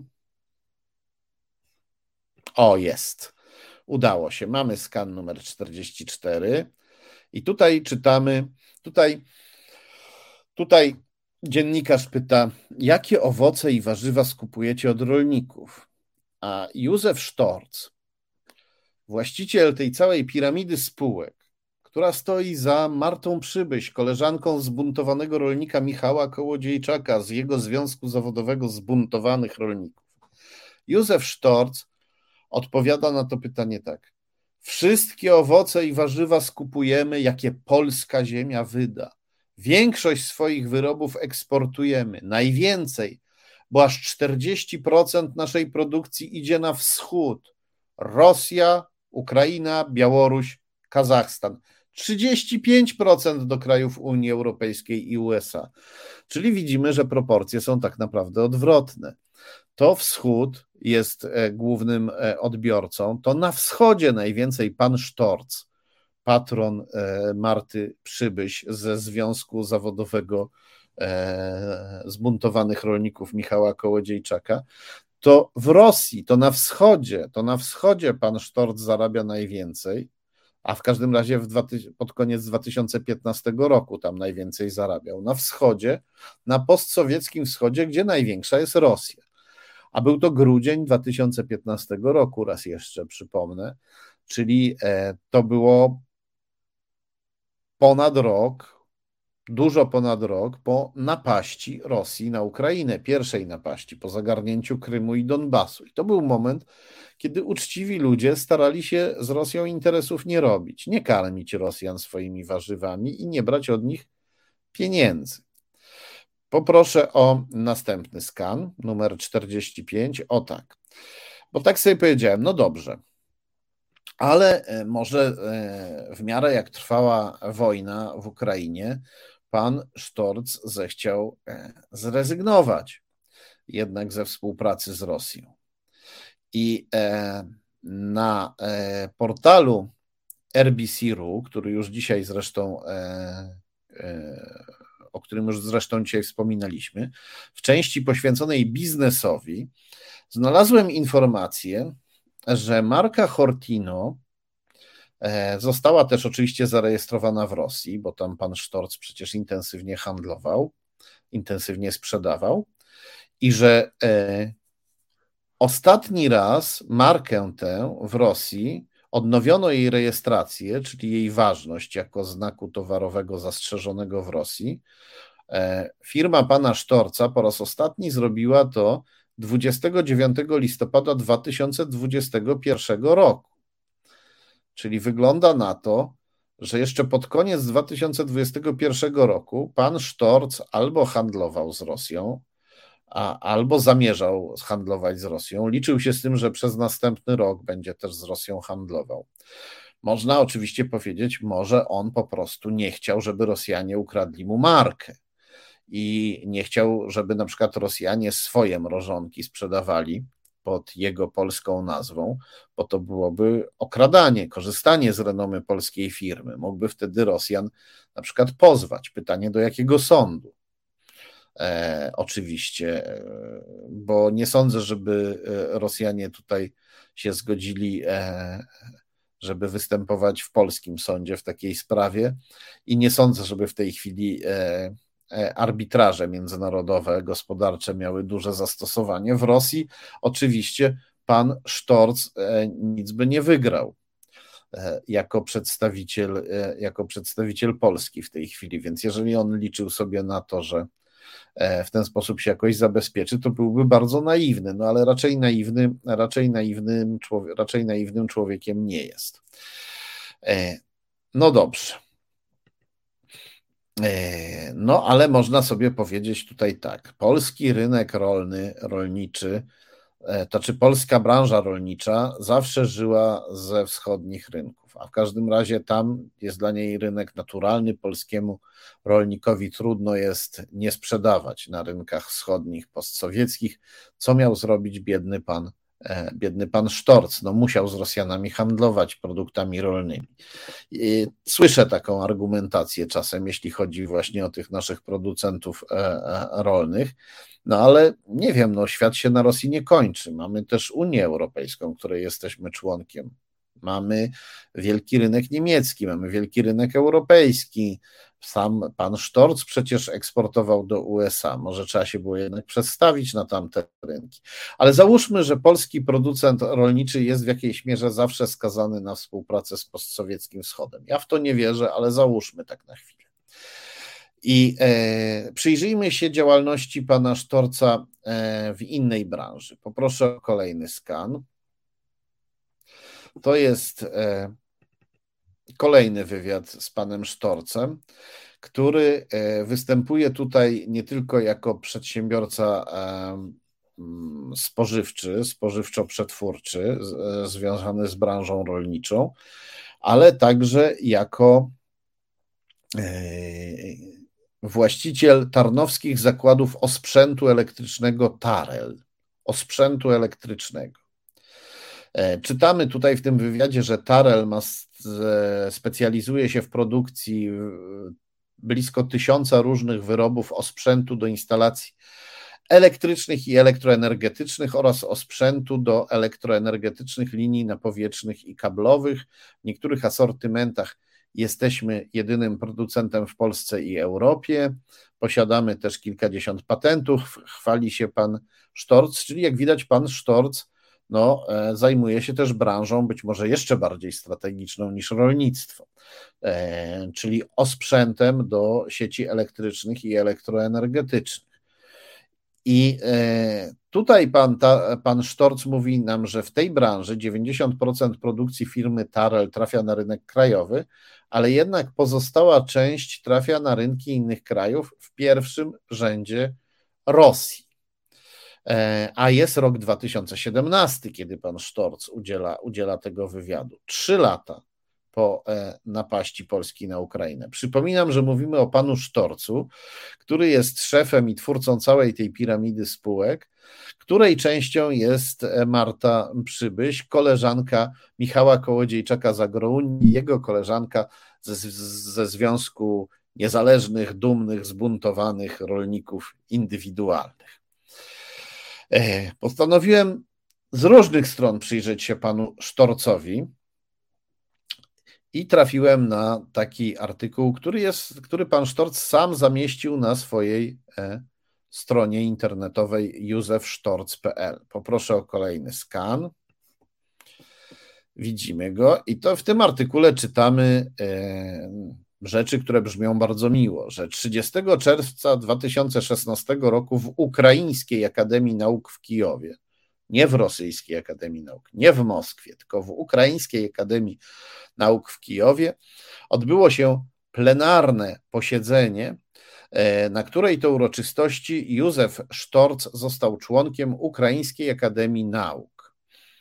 O, jest. Udało się. Mamy skan numer czterdzieści cztery i tutaj czytamy, tutaj, tutaj dziennikarz pyta, jakie owoce i warzywa skupujecie od rolników? A Józef Sztorc, właściciel tej całej piramidy spółek, która stoi za Martą Przybyś, koleżanką zbuntowanego rolnika Michała Kołodziejczaka z jego Związku Zawodowego Zbuntowanych Rolników. Józef Sztorc odpowiada na to pytanie tak. Wszystkie owoce i warzywa skupujemy, jakie polska ziemia wyda. Większość swoich wyrobów eksportujemy, najwięcej, bo aż czterdzieści procent naszej produkcji idzie na wschód. Rosja, Ukraina, Białoruś, Kazachstan. trzydzieści pięć procent do krajów Unii Europejskiej i U S A. Czyli widzimy, że proporcje są tak naprawdę odwrotne. To wschód jest głównym odbiorcą, to na wschodzie najwięcej pan Sztorc, patron Marty Przybyś ze Związku Zawodowego Zbuntowanych Rolników Michała Kołodziejczaka, to w Rosji, to na wschodzie, to na wschodzie pan Sztorc zarabia najwięcej, a w każdym razie w dwa, pod koniec dwa tysiące piętnastego roku tam najwięcej zarabiał. Na wschodzie, na postsowieckim wschodzie, gdzie największa jest Rosja. A był to grudzień dwa tysiące piętnastego roku, raz jeszcze przypomnę, czyli to było ponad rok, dużo ponad rok po napaści Rosji na Ukrainę, pierwszej napaści, po zagarnięciu Krymu i Donbasu. I to był moment, kiedy uczciwi ludzie starali się z Rosją interesów nie robić, nie karmić Rosjan swoimi warzywami i nie brać od nich pieniędzy. Poproszę o następny skan, numer czterdzieści pięć. O tak, bo tak sobie powiedziałem, no dobrze, ale może w miarę jak trwała wojna w Ukrainie, pan Sztorc zechciał zrezygnować jednak ze współpracy z Rosją. I na portalu R B C kropka R U, który już dzisiaj zresztą o którym już zresztą dzisiaj wspominaliśmy, w części poświęconej biznesowi, znalazłem informację, że marka Hortino została też oczywiście zarejestrowana w Rosji, bo tam pan Sztorc przecież intensywnie handlował, intensywnie sprzedawał i że ostatni raz markę tę w Rosji odnowiono jej rejestrację, czyli jej ważność jako znaku towarowego zastrzeżonego w Rosji. Firma pana Sztorca po raz ostatni zrobiła to dwudziestego dziewiątego listopada dwa tysiące dwudziestego pierwszego roku. Czyli wygląda na to, że jeszcze pod koniec dwa tysiące dwudziestego pierwszego roku pan Sztorc albo handlował z Rosją, a, albo zamierzał handlować z Rosją. Liczył się z tym, że przez następny rok będzie też z Rosją handlował. Można oczywiście powiedzieć, może on po prostu nie chciał, żeby Rosjanie ukradli mu markę i nie chciał, żeby na przykład Rosjanie swoje mrożonki sprzedawali pod jego polską nazwą, bo to byłoby okradanie, korzystanie z renomy polskiej firmy. Mógłby wtedy Rosjan na przykład pozwać. Pytanie, do jakiego sądu? E, oczywiście, e, bo nie sądzę, żeby Rosjanie tutaj się zgodzili, e, żeby występować w polskim sądzie w takiej sprawie i nie sądzę, żeby w tej chwili e, arbitraże międzynarodowe, gospodarcze miały duże zastosowanie. W Rosji oczywiście pan Sztorc nic by nie wygrał jako przedstawiciel, jako przedstawiciel Polski w tej chwili, więc jeżeli on liczył sobie na to, że w ten sposób się jakoś zabezpieczy, to byłby bardzo naiwny, no ale raczej naiwny, raczej naiwnym, człowiek, raczej naiwnym człowiekiem nie jest. No dobrze. No, ale można sobie powiedzieć tutaj tak, polski rynek rolny, rolniczy, to czy polska branża rolnicza zawsze żyła ze wschodnich rynków, a w każdym razie tam jest dla niej rynek naturalny, polskiemu rolnikowi trudno jest nie sprzedawać na rynkach wschodnich, postsowieckich, co miał zrobić biedny pan Biedny pan Sztorc, no musiał z Rosjanami handlować produktami rolnymi. Słyszę taką argumentację czasem, jeśli chodzi właśnie o tych naszych producentów rolnych, no ale nie wiem, no świat się na Rosji nie kończy. Mamy też Unię Europejską, której jesteśmy członkiem. Mamy wielki rynek niemiecki, mamy wielki rynek europejski. Sam pan Sztorc przecież eksportował do U S A. Może trzeba się było jednak przestawić na tamte rynki. Ale załóżmy, że polski producent rolniczy jest w jakiejś mierze zawsze skazany na współpracę z postsowieckim Wschodem. Ja w to nie wierzę, ale załóżmy tak na chwilę. I e, przyjrzyjmy się działalności pana Sztorca e, w innej branży. Poproszę o kolejny skan. To jest e, kolejny wywiad z panem Sztorcem, który e, występuje tutaj nie tylko jako przedsiębiorca e, spożywczy, spożywczo-przetwórczy, z, związany z branżą rolniczą, ale także jako e, właściciel tarnowskich zakładów osprzętu elektrycznego Tarel, osprzętu elektrycznego. Czytamy tutaj w tym wywiadzie, że Tarel ma, specjalizuje się w produkcji blisko tysiąca różnych wyrobów osprzętu do instalacji elektrycznych i elektroenergetycznych oraz osprzętu do elektroenergetycznych linii napowietrznych i kablowych. W niektórych asortymentach jesteśmy jedynym producentem w Polsce i Europie. Posiadamy też kilkadziesiąt patentów. Chwali się pan Sztorc, czyli jak widać pan Sztorc no, zajmuje się też branżą być może jeszcze bardziej strategiczną niż rolnictwo, czyli osprzętem do sieci elektrycznych i elektroenergetycznych. I tutaj pan, ta, pan Sztorc mówi nam, że w tej branży dziewięćdziesiąt procent produkcji firmy Tarel trafia na rynek krajowy, ale jednak pozostała część trafia na rynki innych krajów, w pierwszym rzędzie Rosji. A jest rok dwa tysiące siedemnasty, kiedy pan Sztorc udziela, udziela tego wywiadu. Trzy lata po napaści Polski na Ukrainę. Przypominam, że mówimy o panu Sztorcu, który jest szefem i twórcą całej tej piramidy spółek, której częścią jest Marta Przybyś, koleżanka Michała Kołodziejczaka z Agrounii, jego koleżanka ze, ze Związku Niezależnych, Dumnych, Zbuntowanych Rolników Indywidualnych. Postanowiłem z różnych stron przyjrzeć się panu Sztorcowi i trafiłem na taki artykuł, który, jest, który pan Sztorc sam zamieścił na swojej stronie internetowej józef sztorc kropka p l. Poproszę o kolejny skan. Widzimy go i to w tym artykule czytamy rzeczy, które brzmią bardzo miło, że trzydziestego czerwca dwa tysiące szesnastego roku w Ukraińskiej Akademii Nauk w Kijowie, nie w Rosyjskiej Akademii Nauk, nie w Moskwie, tylko w Ukraińskiej Akademii Nauk w Kijowie odbyło się plenarne posiedzenie, na której to uroczystości Józef Sztorc został członkiem Ukraińskiej Akademii Nauk.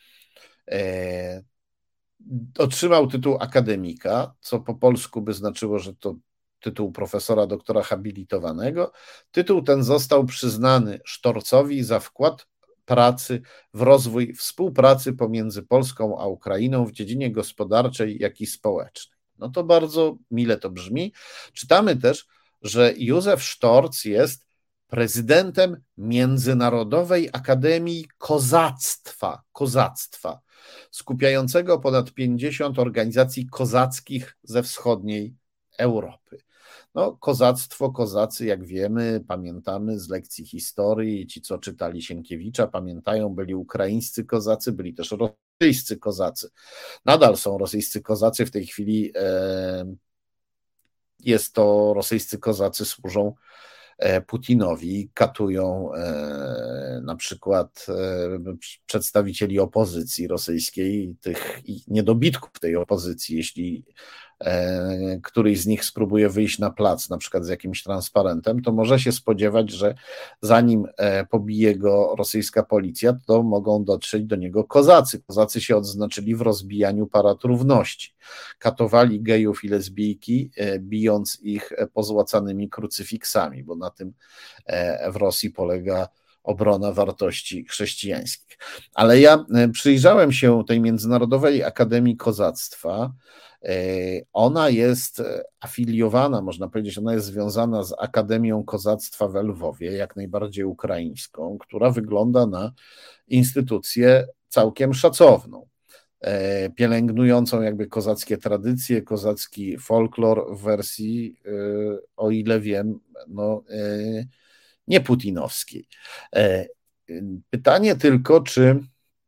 Otrzymał tytuł akademika, co po polsku by znaczyło, że to tytuł profesora doktora habilitowanego. Tytuł ten został przyznany Sztorcowi za wkład pracy w rozwój współpracy pomiędzy Polską a Ukrainą w dziedzinie gospodarczej, jak i społecznej. No to bardzo mile to brzmi. Czytamy też, że Józef Sztorc jest prezydentem Międzynarodowej Akademii Kozactwa, kozactwa, skupiającego ponad pięćdziesiąt organizacji kozackich ze wschodniej Europy. No, kozactwo, kozacy, jak wiemy, pamiętamy z lekcji historii, ci, co czytali Sienkiewicza, pamiętają, byli ukraińscy kozacy, byli też rosyjscy kozacy. Nadal są rosyjscy kozacy, w tej chwili e, jest to, rosyjscy kozacy służą Putinowi, katują e, na przykład e, przedstawicieli opozycji rosyjskiej, tych niedobitków tej opozycji, jeśli e, któryś z nich spróbuje wyjść na plac, na przykład z jakimś transparentem, to może się spodziewać, że zanim e, pobije go rosyjska policja, to mogą dotrzeć do niego kozacy. Kozacy się odznaczyli w rozbijaniu parad równości. Katowali gejów i lesbijki, e, bijąc ich pozłacanymi krucyfiksami, bo na tym w Rosji polega obrona wartości chrześcijańskich. Ale ja przyjrzałem się tej Międzynarodowej Akademii Kozactwa. Ona jest afiliowana, można powiedzieć, ona jest związana z Akademią Kozactwa w Lwowie, jak najbardziej ukraińską, która wygląda na instytucję całkiem szacowną, pielęgnującą jakby kozackie tradycje, kozacki folklor w wersji, o ile wiem, no, nie putinowskiej. Pytanie tylko, czy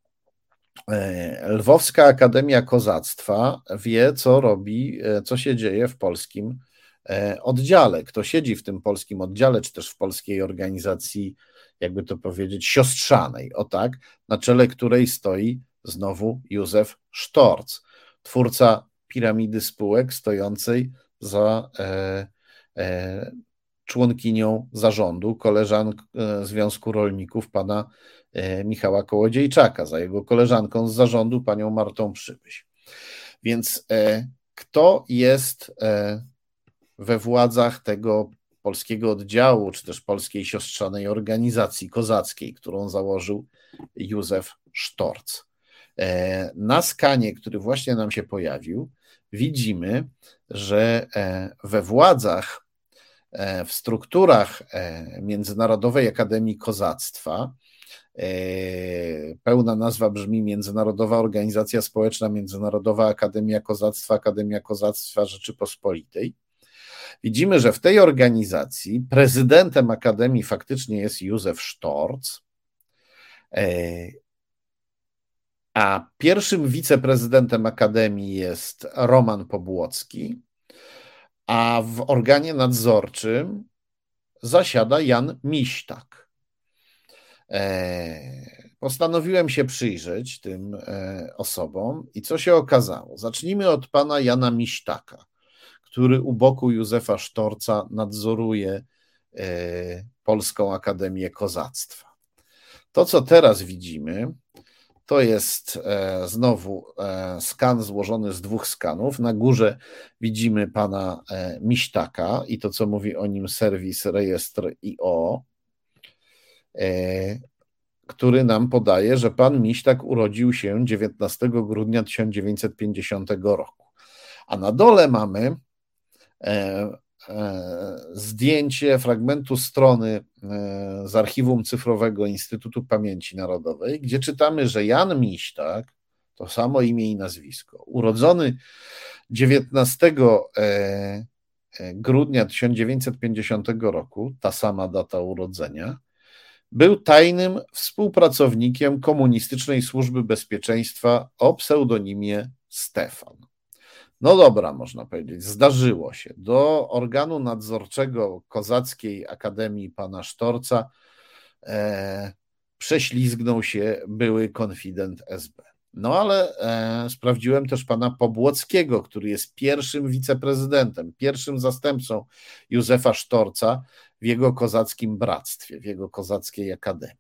Lwowska Akademia Kozactwa wie, co robi, co się dzieje w polskim oddziale, kto siedzi w tym polskim oddziale, czy też w polskiej organizacji, jakby to powiedzieć, siostrzanej, o tak, na czele której stoi znowu Józef Sztorc, twórca piramidy spółek stojącej za e, e, członkinią zarządu, koleżank Związku Rolników pana Michała Kołodziejczaka, za jego koleżanką z zarządu panią Martą Przybyś. Więc e, kto jest e, we władzach tego polskiego oddziału, czy też polskiej siostrzanej organizacji kozackiej, którą założył Józef Sztorc? E, na skanie, który właśnie nam się pojawił, widzimy, że e, we władzach, e, w strukturach e, Międzynarodowej Akademii Kozactwa, pełna nazwa brzmi Międzynarodowa Organizacja Społeczna, Międzynarodowa Akademia Kozactwa, Akademia Kozactwa Rzeczypospolitej. Widzimy, że w tej organizacji prezydentem Akademii faktycznie jest Józef Sztorc, a pierwszym wiceprezydentem Akademii jest Roman Pobłocki, a w organie nadzorczym zasiada Jan Miśtak. Postanowiłem się przyjrzeć tym osobom i co się okazało? Zacznijmy od pana Jana Miśtaka, który u boku Józefa Sztorca nadzoruje Polską Akademię Kozactwa. To, co teraz widzimy, to jest znowu skan złożony z dwóch skanów. Na górze widzimy pana Miśtaka i to, co mówi o nim serwis rejestr kropka i o, który nam podaje, że pan Miśtak urodził się dziewiętnastego grudnia tysiąc dziewięćset pięćdziesiątego roku. A na dole mamy zdjęcie fragmentu strony z archiwum cyfrowego Instytutu Pamięci Narodowej, gdzie czytamy, że Jan Miśtak, to samo imię i nazwisko, urodzony dziewiętnastego grudnia tysiąc dziewięćset pięćdziesiątego roku, ta sama data urodzenia, był tajnym współpracownikiem Komunistycznej Służby Bezpieczeństwa o pseudonimie Stefan. No dobra, można powiedzieć, zdarzyło się. Do organu nadzorczego Kozackiej Akademii pana Sztorca e, prześlizgnął się były konfident S B. No ale e, sprawdziłem też pana Pobłockiego, który jest pierwszym wiceprezydentem, pierwszym zastępcą Józefa Sztorca w jego kozackim bractwie, w jego kozackiej akademii.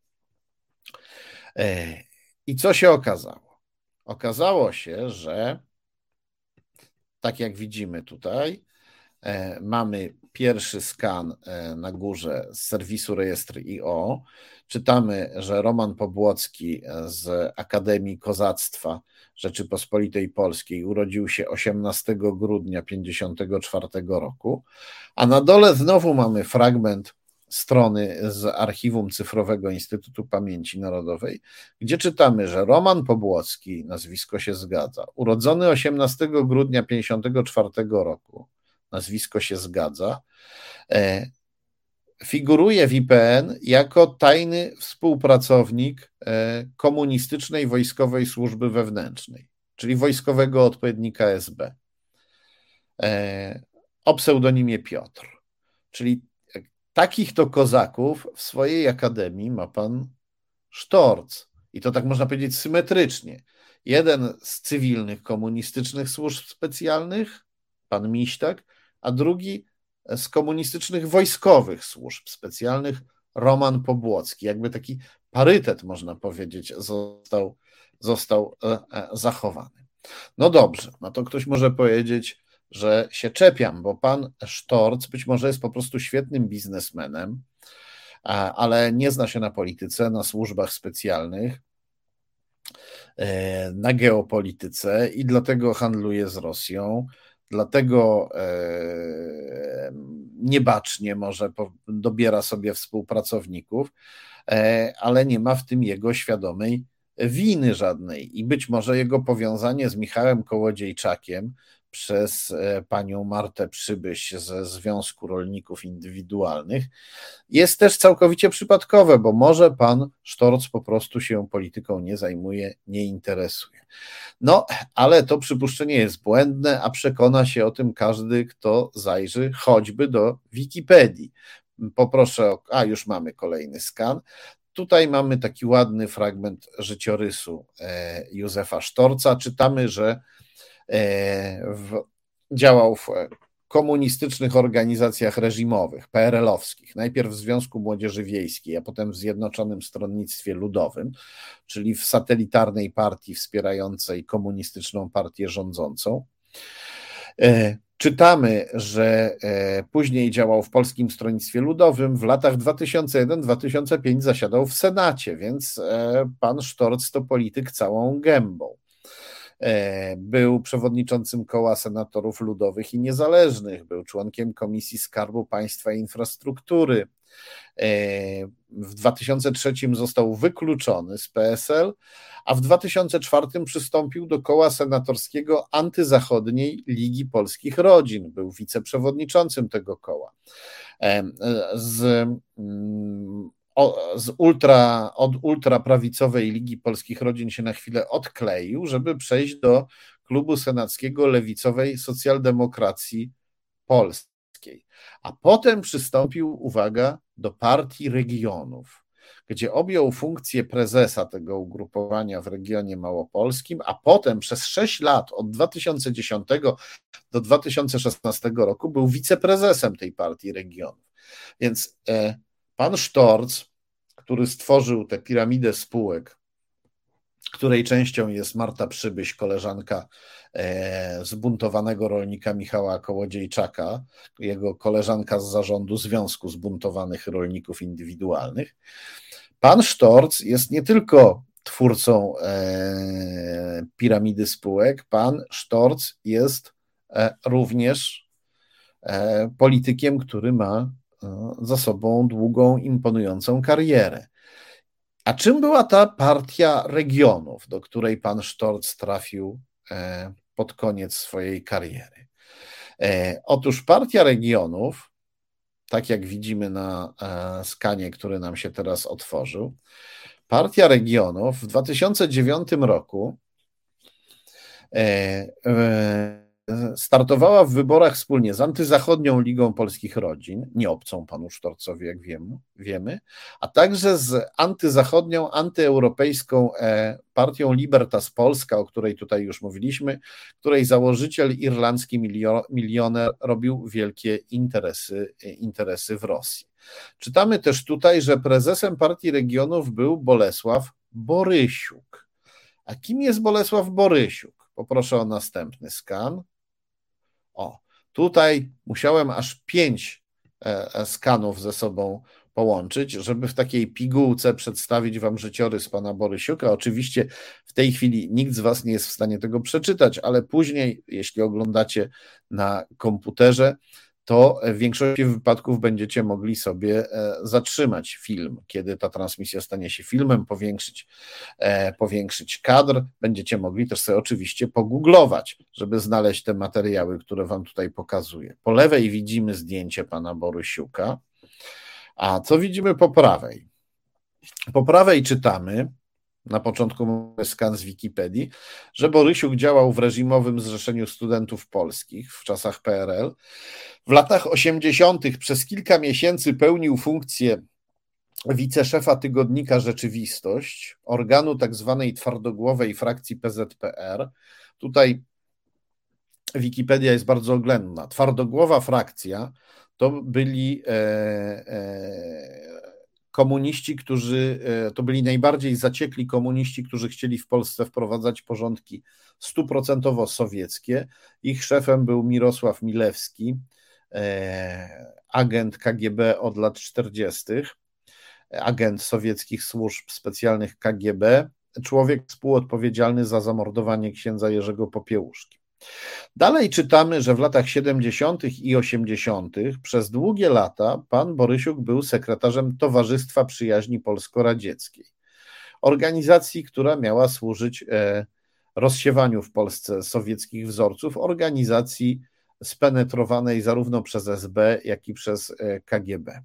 E, I co się okazało? Okazało się, że tak jak widzimy tutaj, e, mamy pierwszy skan e, na górze z serwisu rejestr kropka i o. Czytamy, że Roman Pobłocki z Akademii Kozactwa Rzeczypospolitej Polskiej urodził się osiemnastego grudnia tysiąc dziewięćset pięćdziesiątego czwartego roku, a na dole znowu mamy fragment strony z archiwum cyfrowego Instytutu Pamięci Narodowej, gdzie czytamy, że Roman Pobłocki, nazwisko się zgadza, urodzony osiemnastego grudnia tysiąc dziewięćset pięćdziesiątego czwartego roku, nazwisko się zgadza, e, figuruje w I P N jako tajny współpracownik e, Komunistycznej Wojskowej Służby Wewnętrznej, czyli wojskowego odpowiednika S B, e, o pseudonimie Piotr, czyli takich to kozaków w swojej akademii ma pan Sztorc. I to tak można powiedzieć symetrycznie. Jeden z cywilnych komunistycznych służb specjalnych, pan Miśtak, a drugi z komunistycznych wojskowych służb specjalnych, Roman Pobłocki. Jakby taki parytet, można powiedzieć, został, został zachowany. No dobrze, no to ktoś może powiedzieć, że się czepiam, bo pan Sztorc być może jest po prostu świetnym biznesmenem, ale nie zna się na polityce, na służbach specjalnych, na geopolityce i dlatego handluje z Rosją, dlatego niebacznie może dobiera sobie współpracowników, ale nie ma w tym jego świadomej winy żadnej i być może jego powiązanie z Michałem Kołodziejczakiem przez panią Martę Przybyś ze Związku Rolników Indywidualnych jest też całkowicie przypadkowe, bo może pan Sztorc po prostu się polityką nie zajmuje, nie interesuje. No, ale to przypuszczenie jest błędne, a przekona się o tym każdy, kto zajrzy choćby do Wikipedii. Poproszę o... A, już mamy kolejny skan. Tutaj mamy taki ładny fragment życiorysu Józefa Sztorca. Czytamy, że w, działał w komunistycznych organizacjach reżimowych, P R L-owskich, najpierw w Związku Młodzieży Wiejskiej, a potem w Zjednoczonym Stronnictwie Ludowym, czyli w satelitarnej partii wspierającej komunistyczną partię rządzącą. Czytamy, że później działał w Polskim Stronnictwie Ludowym, w latach dwa tysiące jeden do dwa tysiące piątego zasiadał w Senacie, więc pan Sztorc to polityk całą gębą. Był przewodniczącym Koła Senatorów Ludowych i Niezależnych, był członkiem Komisji Skarbu Państwa i Infrastruktury. W dwa tysiące trzecim został wykluczony z P S L, a w dwa tysiące czwartym przystąpił do Koła Senatorskiego Antyzachodniej Ligi Polskich Rodzin. Był wiceprzewodniczącym tego koła. Z Z ultra, od ultraprawicowej Ligi Polskich Rodzin się na chwilę odkleił, żeby przejść do klubu senackiego lewicowej socjaldemokracji polskiej. A potem przystąpił, uwaga, do Partii Regionów, gdzie objął funkcję prezesa tego ugrupowania w regionie małopolskim, a potem przez sześć lat, od dwa tysiące dziesiątego do dwa tysiące szesnastego roku, był wiceprezesem tej Partii Regionów. Więc e, pan Sztorc, który stworzył tę piramidę spółek, której częścią jest Marta Przybyś, koleżanka zbuntowanego rolnika Michała Kołodziejczaka, jego koleżanka z zarządu Związku Zbuntowanych Rolników Indywidualnych. Pan Sztorc jest nie tylko twórcą piramidy spółek, pan Sztorc jest również politykiem, który ma za sobą długą, imponującą karierę. A czym była ta Partia Regionów, do której pan Sztorc trafił pod koniec swojej kariery? Otóż Partia Regionów, tak jak widzimy na skanie, który nam się teraz otworzył, Partia Regionów w dwa tysiące dziewiątym roku startowała w wyborach wspólnie z Antyzachodnią Ligą Polskich Rodzin, nie obcą panu Sztorcowi, jak wiemy, wiemy, a także z antyzachodnią, antyeuropejską partią Libertas Polska, o której tutaj już mówiliśmy, której założyciel, irlandzki milioner, robił wielkie interesy, interesy w Rosji. Czytamy też tutaj, że prezesem Partii Regionów był Bolesław Borysiuk. A kim jest Bolesław Borysiuk? Poproszę o następny skan. O, tutaj musiałem aż pięć skanów ze sobą połączyć, żeby w takiej pigułce przedstawić wam życiorys pana Borysiuka. Oczywiście w tej chwili nikt z was nie jest w stanie tego przeczytać, ale później, jeśli oglądacie na komputerze, to w większości wypadków będziecie mogli sobie zatrzymać film. Kiedy ta transmisja stanie się filmem, powiększyć, powiększyć kadr, będziecie mogli też sobie oczywiście pogooglować, żeby znaleźć te materiały, które wam tutaj pokazuję. Po lewej widzimy zdjęcie pana Borysiuka, a co widzimy po prawej? Po prawej czytamy, na początku mamy skan z Wikipedii, że Borysiuk działał w reżimowym Zrzeszeniu Studentów Polskich w czasach P R L. W latach osiemdziesiątych przez kilka miesięcy pełnił funkcję wiceszefa tygodnika Rzeczywistość, organu tak zwanej twardogłowej frakcji P Z P R. Tutaj Wikipedia jest bardzo oględna. Twardogłowa frakcja to byli e, e, komuniści, którzy, to byli najbardziej zaciekli komuniści, którzy chcieli w Polsce wprowadzać porządki stuprocentowo sowieckie. Ich szefem był Mirosław Milewski, agent K G B od lat czterdziestych. agent sowieckich służb specjalnych K G B, człowiek współodpowiedzialny za zamordowanie księdza Jerzego Popiełuszki. Dalej czytamy, że w latach siedemdziesiątych i osiemdziesiątych przez długie lata pan Borysiuk był sekretarzem Towarzystwa Przyjaźni Polsko-Radzieckiej, organizacji, która miała służyć rozsiewaniu w Polsce sowieckich wzorców, organizacji spenetrowanej zarówno przez S B, jak i przez K G B.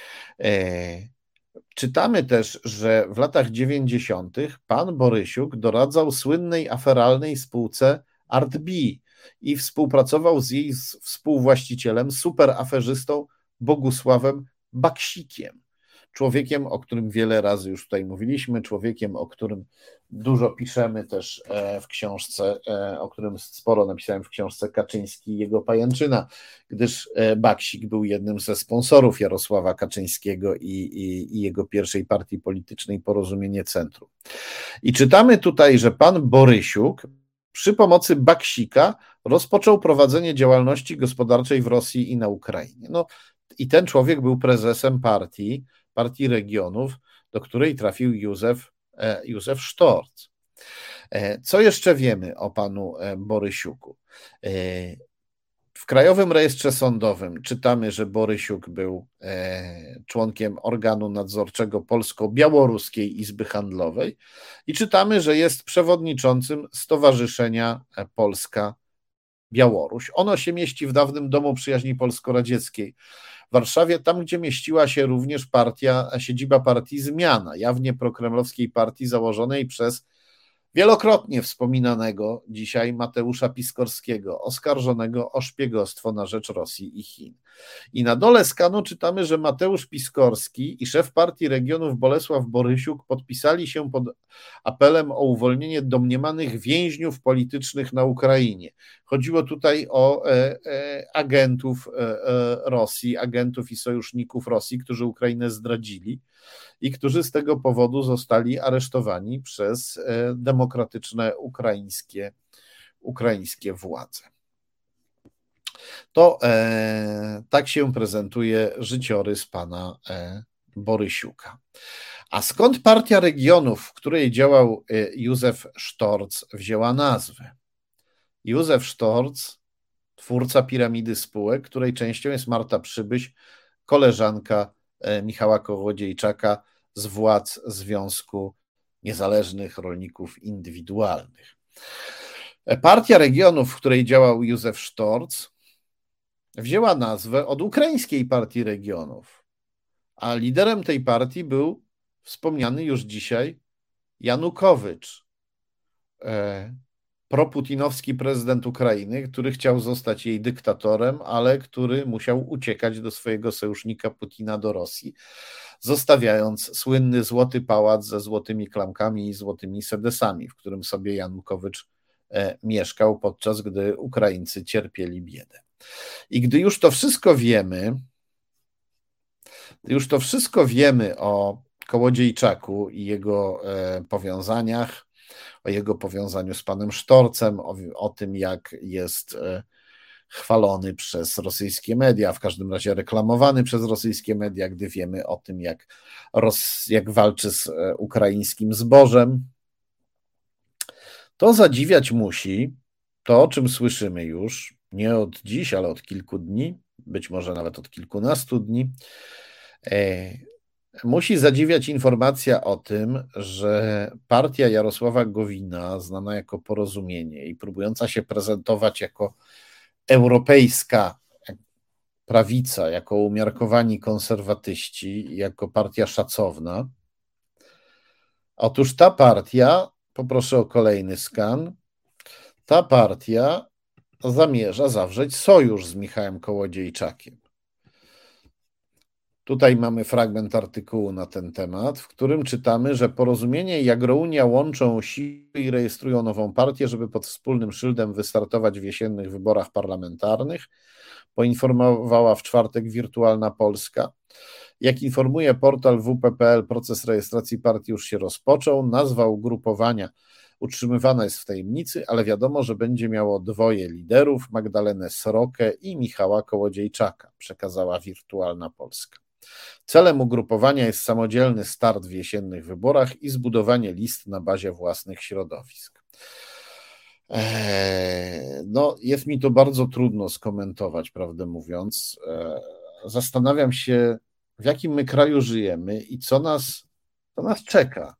Czytamy też, że w latach dziewięćdziesiątych pan Borysiuk doradzał słynnej aferalnej spółce ArtB i współpracował z jej współwłaścicielem, superaferzystą Bogusławem Baksikiem. Człowiekiem, o którym wiele razy już tutaj mówiliśmy, człowiekiem, o którym dużo piszemy też w książce, o którym sporo napisałem w książce Kaczyński i jego pajęczyna, gdyż Baksik był jednym ze sponsorów Jarosława Kaczyńskiego i, i, i jego pierwszej partii politycznej Porozumienie Centrum. I czytamy tutaj, że pan Borysiuk przy pomocy Baksika rozpoczął prowadzenie działalności gospodarczej w Rosji i na Ukrainie. No i ten człowiek był prezesem partii, Partii Regionów, do której trafił Józef, Józef Sztorc. Co jeszcze wiemy o panu Borysiuku? W Krajowym Rejestrze Sądowym czytamy, że Borysiuk był członkiem organu nadzorczego Polsko-Białoruskiej Izby Handlowej i czytamy, że jest przewodniczącym Stowarzyszenia Polska-Białoruś. Ono się mieści w dawnym Domu Przyjaźni Polsko-Radzieckiej w Warszawie, tam gdzie mieściła się również partia, siedziba partii Zmiana, jawnie prokremlowskiej partii założonej przez wielokrotnie wspominanego dzisiaj Mateusza Piskorskiego, oskarżonego o szpiegostwo na rzecz Rosji i Chin. I na dole skanu czytamy, że Mateusz Piskorski i szef Partii Regionów Bolesław Borysiuk podpisali się pod apelem o uwolnienie domniemanych więźniów politycznych na Ukrainie. Chodziło tutaj o e, e, agentów e, Rosji, agentów i sojuszników Rosji, którzy Ukrainę zdradzili i którzy z tego powodu zostali aresztowani przez demokratyczne ukraińskie, ukraińskie władze. To e, tak się prezentuje życiorys pana e, Borysiuka. A skąd Partia Regionów, w której działał Józef Sztorc, wzięła nazwę? Józef Sztorc, twórca piramidy spółek, której częścią jest Marta Przybyś, koleżanka Michała Kołodziejczaka z władz Związku Niezależnych Rolników Indywidualnych. Partia Regionów, w której działał Józef Sztorc, wzięła nazwę od ukraińskiej Partii Regionów, a liderem tej partii był wspomniany już dzisiaj Janukowycz, proputinowski prezydent Ukrainy, który chciał zostać jej dyktatorem, ale który musiał uciekać do swojego sojusznika Putina do Rosji, zostawiając słynny Złoty Pałac ze złotymi klamkami i złotymi sedesami, w którym sobie Janukowycz mieszkał, podczas gdy Ukraińcy cierpieli biedę. I gdy już to wszystko wiemy, gdy już to wszystko wiemy o Kołodziejczaku i jego powiązaniach, o jego powiązaniu z panem Sztorcem, o, o tym, jak jest chwalony przez rosyjskie media, w każdym razie reklamowany przez rosyjskie media, gdy wiemy o tym, jak, Ros, jak walczy z ukraińskim zbożem, to zadziwiać musi to, o czym słyszymy już, nie od dziś, ale od kilku dni, być może nawet od kilkunastu dni, musi zadziwiać informacja o tym, że partia Jarosława Gowina, znana jako Porozumienie i próbująca się prezentować jako europejska prawica, jako umiarkowani konserwatyści, jako partia szacowna, otóż ta partia, poproszę o kolejny skan, ta partia zamierza zawrzeć sojusz z Michałem Kołodziejczakiem. Tutaj mamy fragment artykułu na ten temat, w którym czytamy, że Porozumienie i Agrounia łączą siły i rejestrują nową partię, żeby pod wspólnym szyldem wystartować w jesiennych wyborach parlamentarnych, poinformowała w czwartek Wirtualna Polska. Jak informuje portal w p p l, proces rejestracji partii już się rozpoczął. Nazwa ugrupowania utrzymywana jest w tajemnicy, ale wiadomo, że będzie miało dwoje liderów, Magdalenę Srokę i Michała Kołodziejczaka, przekazała Wirtualna Polska. Celem ugrupowania jest samodzielny start w jesiennych wyborach i zbudowanie list na bazie własnych środowisk. No, jest mi to bardzo trudno skomentować, prawdę mówiąc. Zastanawiam się, w jakim my kraju żyjemy i co nas, co nas czeka.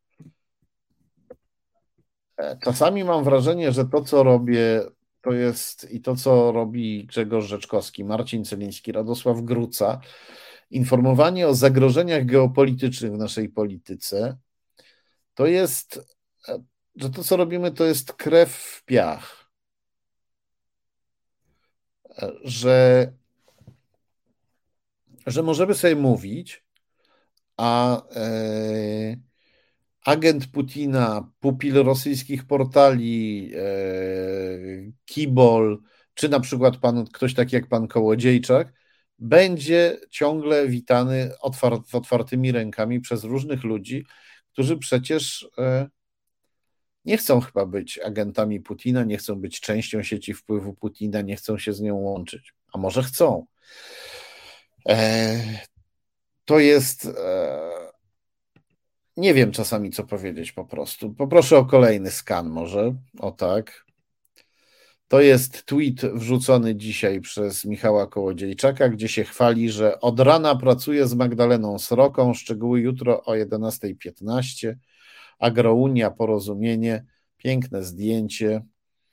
Czasami mam wrażenie, że to, co robię, to jest i to, co robi Grzegorz Rzeczkowski, Marcin Celiński, Radosław Gruca, informowanie o zagrożeniach geopolitycznych w naszej polityce, to jest, że to, co robimy, to jest krew w piach. Że, że możemy sobie mówić, a e, agent Putina, pupil rosyjskich portali, e, Kibol, czy na przykład pan, ktoś taki jak pan Kołodziejczak, będzie ciągle witany otwart, otwartymi rękami przez różnych ludzi, którzy przecież e, nie chcą chyba być agentami Putina, nie chcą być częścią sieci wpływu Putina, nie chcą się z nią łączyć, a może chcą. E, to jest... E, nie wiem czasami, co powiedzieć po prostu. Poproszę o kolejny skan może, o tak. To jest tweet wrzucony dzisiaj przez Michała Kołodziejczaka, gdzie się chwali, że od rana pracuje z Magdaleną Sroką, szczegóły jutro o jedenasta piętnaście, Agrounia, Porozumienie, piękne zdjęcie.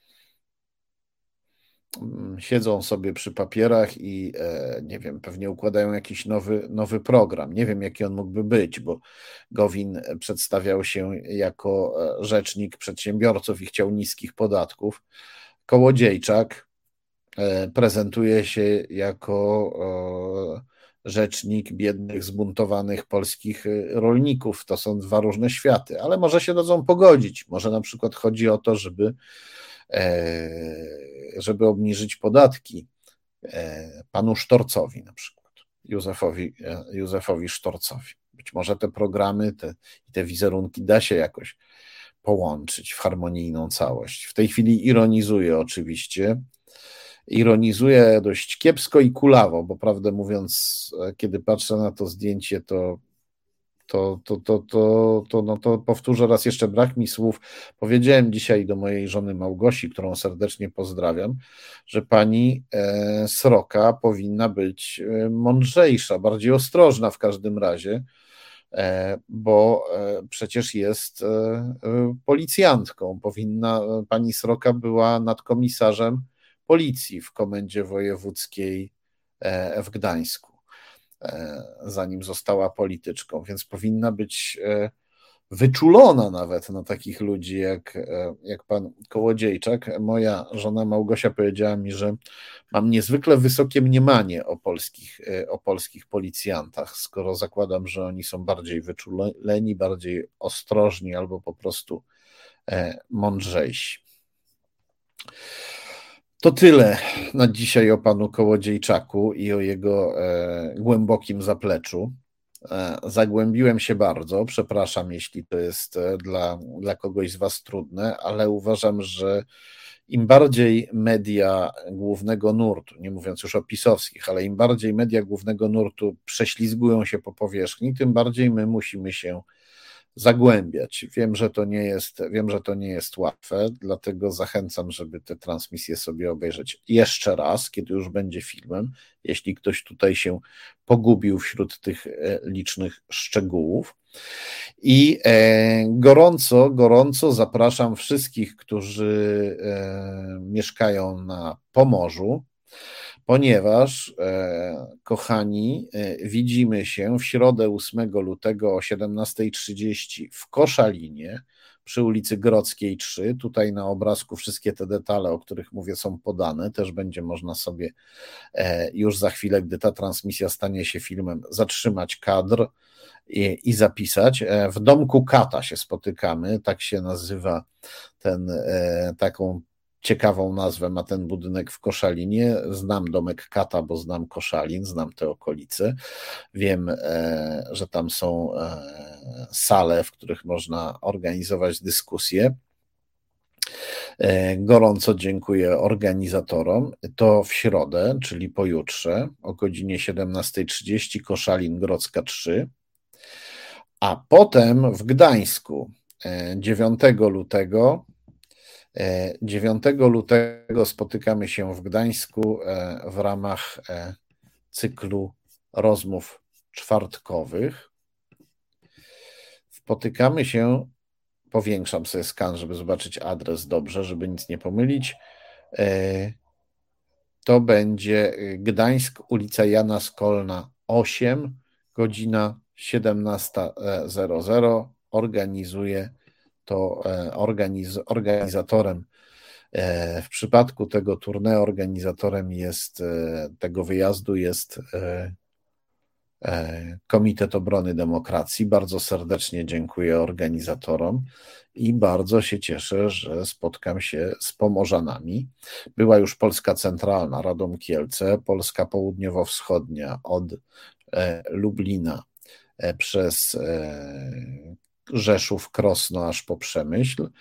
Siedzą sobie przy papierach i e, nie wiem, pewnie układają jakiś nowy, nowy program. Nie wiem, jaki on mógłby być, bo Gowin przedstawiał się jako rzecznik przedsiębiorców i chciał niskich podatków. Kołodziejczak e, prezentuje się jako e, rzecznik biednych, zbuntowanych polskich rolników. To są dwa różne światy, ale może się dadzą pogodzić. Może na przykład chodzi o to, żeby żeby obniżyć podatki panu Sztorcowi na przykład, Józefowi, Józefowi Sztorcowi. Być może te programy, te, te wizerunki da się jakoś połączyć w harmonijną całość. W tej chwili ironizuję oczywiście. Ironizuję dość kiepsko i kulawo, bo prawdę mówiąc, kiedy patrzę na to zdjęcie, to To, to, to, to, to, no to powtórzę raz jeszcze, brak mi słów. Powiedziałem dzisiaj do mojej żony Małgosi, którą serdecznie pozdrawiam, że pani e, Sroka powinna być mądrzejsza, bardziej ostrożna w każdym razie, e, bo e, przecież jest e, policjantką. Powinna, pani Sroka była nadkomisarzem policji w Komendzie Wojewódzkiej e, w Gdańsku, zanim została polityczką, więc powinna być wyczulona nawet na takich ludzi jak, jak pan Kołodziejczak. Moja żona Małgosia powiedziała mi, że mam niezwykle wysokie mniemanie o polskich, o polskich policjantach, skoro zakładam, że oni są bardziej wyczuleni, bardziej ostrożni albo po prostu mądrzejsi. To tyle na dzisiaj o panu Kołodziejczaku i o jego e, głębokim zapleczu. E, zagłębiłem się bardzo, przepraszam, jeśli to jest dla, dla kogoś z was trudne, ale uważam, że im bardziej media głównego nurtu, nie mówiąc już o pisowskich, ale im bardziej media głównego nurtu prześlizgują się po powierzchni, tym bardziej my musimy się zagłębiać. Wiem, że to nie jest, wiem, że to nie jest łatwe, dlatego zachęcam, żeby te transmisje sobie obejrzeć jeszcze raz, kiedy już będzie filmem, jeśli ktoś tutaj się pogubił wśród tych licznych szczegółów. I gorąco, gorąco zapraszam wszystkich, którzy mieszkają na Pomorzu, ponieważ, kochani, widzimy się w środę ósmego lutego o siedemnasta trzydzieści w Koszalinie przy ulicy Grodzkiej trzy. Tutaj na obrazku wszystkie te detale, o których mówię, są podane. Też będzie można sobie już za chwilę, gdy ta transmisja stanie się filmem, zatrzymać kadr i, i zapisać. W Domku Kata się spotykamy, tak się nazywa ten, taką ciekawą nazwę ma ten budynek w Koszalinie. Znam Domek Kata, bo znam Koszalin, znam te okolice. Wiem, że tam są sale, w których można organizować dyskusje. Gorąco dziękuję organizatorom. To w środę, czyli pojutrze o godzinie siedemnasta trzydzieści, Koszalin Grodzka trzy, a potem w Gdańsku dziewiątego lutego. dziewiątego lutego spotykamy się w Gdańsku w ramach cyklu rozmów czwartkowych. Spotykamy się, powiększam sobie skan, żeby zobaczyć adres dobrze, żeby nic nie pomylić. To będzie Gdańsk, ulica Jana Skolna osiem, godzina siedemnasta zero zero. Organizuje to organiz, organizatorem w przypadku tego tournée, organizatorem jest tego wyjazdu jest Komitet Obrony Demokracji. Bardzo serdecznie dziękuję organizatorom i bardzo się cieszę, że spotkam się z Pomorzanami. Była już Polska Centralna, Radom Kielce, Polska Południowo-Wschodnia od Lublina przez Rzeszów, Krosno aż po Przemyśl.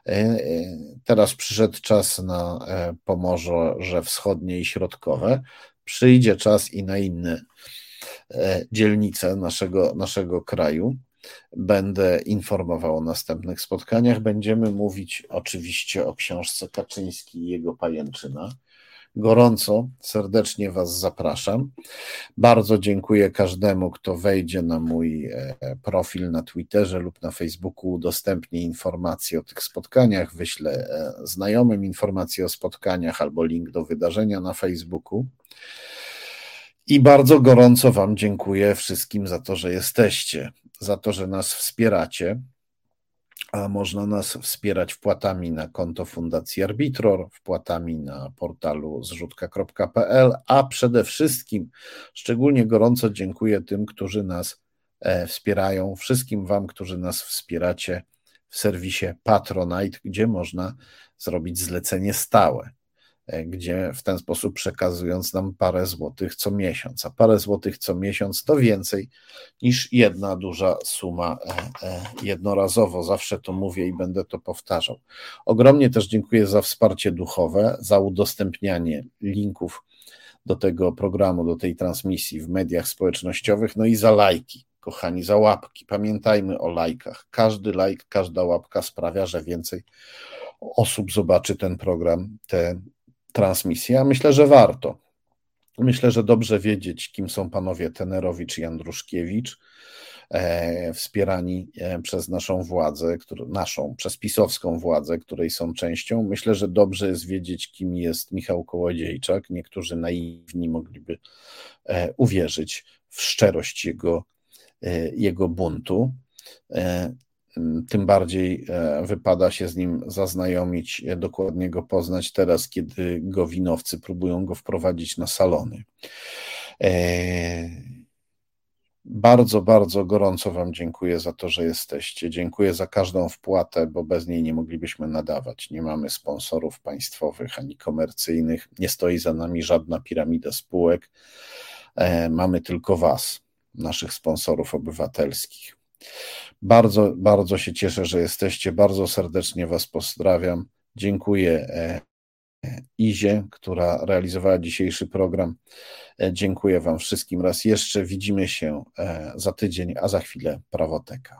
Teraz przyszedł czas na Pomorze Wschodnie i Środkowe. Przyjdzie czas i na inne dzielnice naszego, naszego kraju. Będę informował o następnych spotkaniach. Będziemy mówić oczywiście o książce Kaczyński i jego pajęczyna. Gorąco, serdecznie Was zapraszam. Bardzo dziękuję każdemu, kto wejdzie na mój profil na Twitterze lub na Facebooku, udostępni informacje o tych spotkaniach, wyślę znajomym informacje o spotkaniach albo link do wydarzenia na Facebooku. I bardzo gorąco Wam dziękuję wszystkim za to, że jesteście, za to, że nas wspieracie. A można nas wspierać wpłatami na konto Fundacji Arbitror, wpłatami na portalu zrzutka kropka pe el, a przede wszystkim szczególnie gorąco dziękuję tym, którzy nas wspierają, wszystkim Wam, którzy nas wspieracie w serwisie Patronite, gdzie można zrobić zlecenie stałe, gdzie w ten sposób przekazując nam parę złotych co miesiąc, a parę złotych co miesiąc to więcej niż jedna duża suma jednorazowo. Zawsze to mówię i będę to powtarzał. Ogromnie też dziękuję za wsparcie duchowe, za udostępnianie linków do tego programu, do tej transmisji w mediach społecznościowych, no i za lajki, kochani, za łapki. Pamiętajmy o lajkach. Każdy lajk, każda łapka sprawia, że więcej osób zobaczy ten program, te transmisję. Ja myślę, że warto. Myślę, że dobrze wiedzieć, kim są panowie Tenerowicz i Andruszkiewicz, e, wspierani przez naszą władzę, którą, naszą, przez pisowską władzę, której są częścią. Myślę, że dobrze jest wiedzieć, kim jest Michał Kołodziejczak. Niektórzy naiwni mogliby e, uwierzyć w szczerość jego, e, jego buntu. E, Tym bardziej wypada się z nim zaznajomić, dokładnie go poznać teraz, kiedy gowinowcy próbują go wprowadzić na salony. Bardzo, bardzo gorąco Wam dziękuję za to, że jesteście. Dziękuję za każdą wpłatę, bo bez niej nie moglibyśmy nadawać. Nie mamy sponsorów państwowych ani komercyjnych. Nie stoi za nami żadna piramida spółek. Mamy tylko Was, naszych sponsorów obywatelskich. Bardzo, bardzo się cieszę, że jesteście. Bardzo serdecznie Was pozdrawiam. Dziękuję Izie, która realizowała dzisiejszy program. Dziękuję Wam wszystkim raz jeszcze. Widzimy się za tydzień, a za chwilę Prawoteka.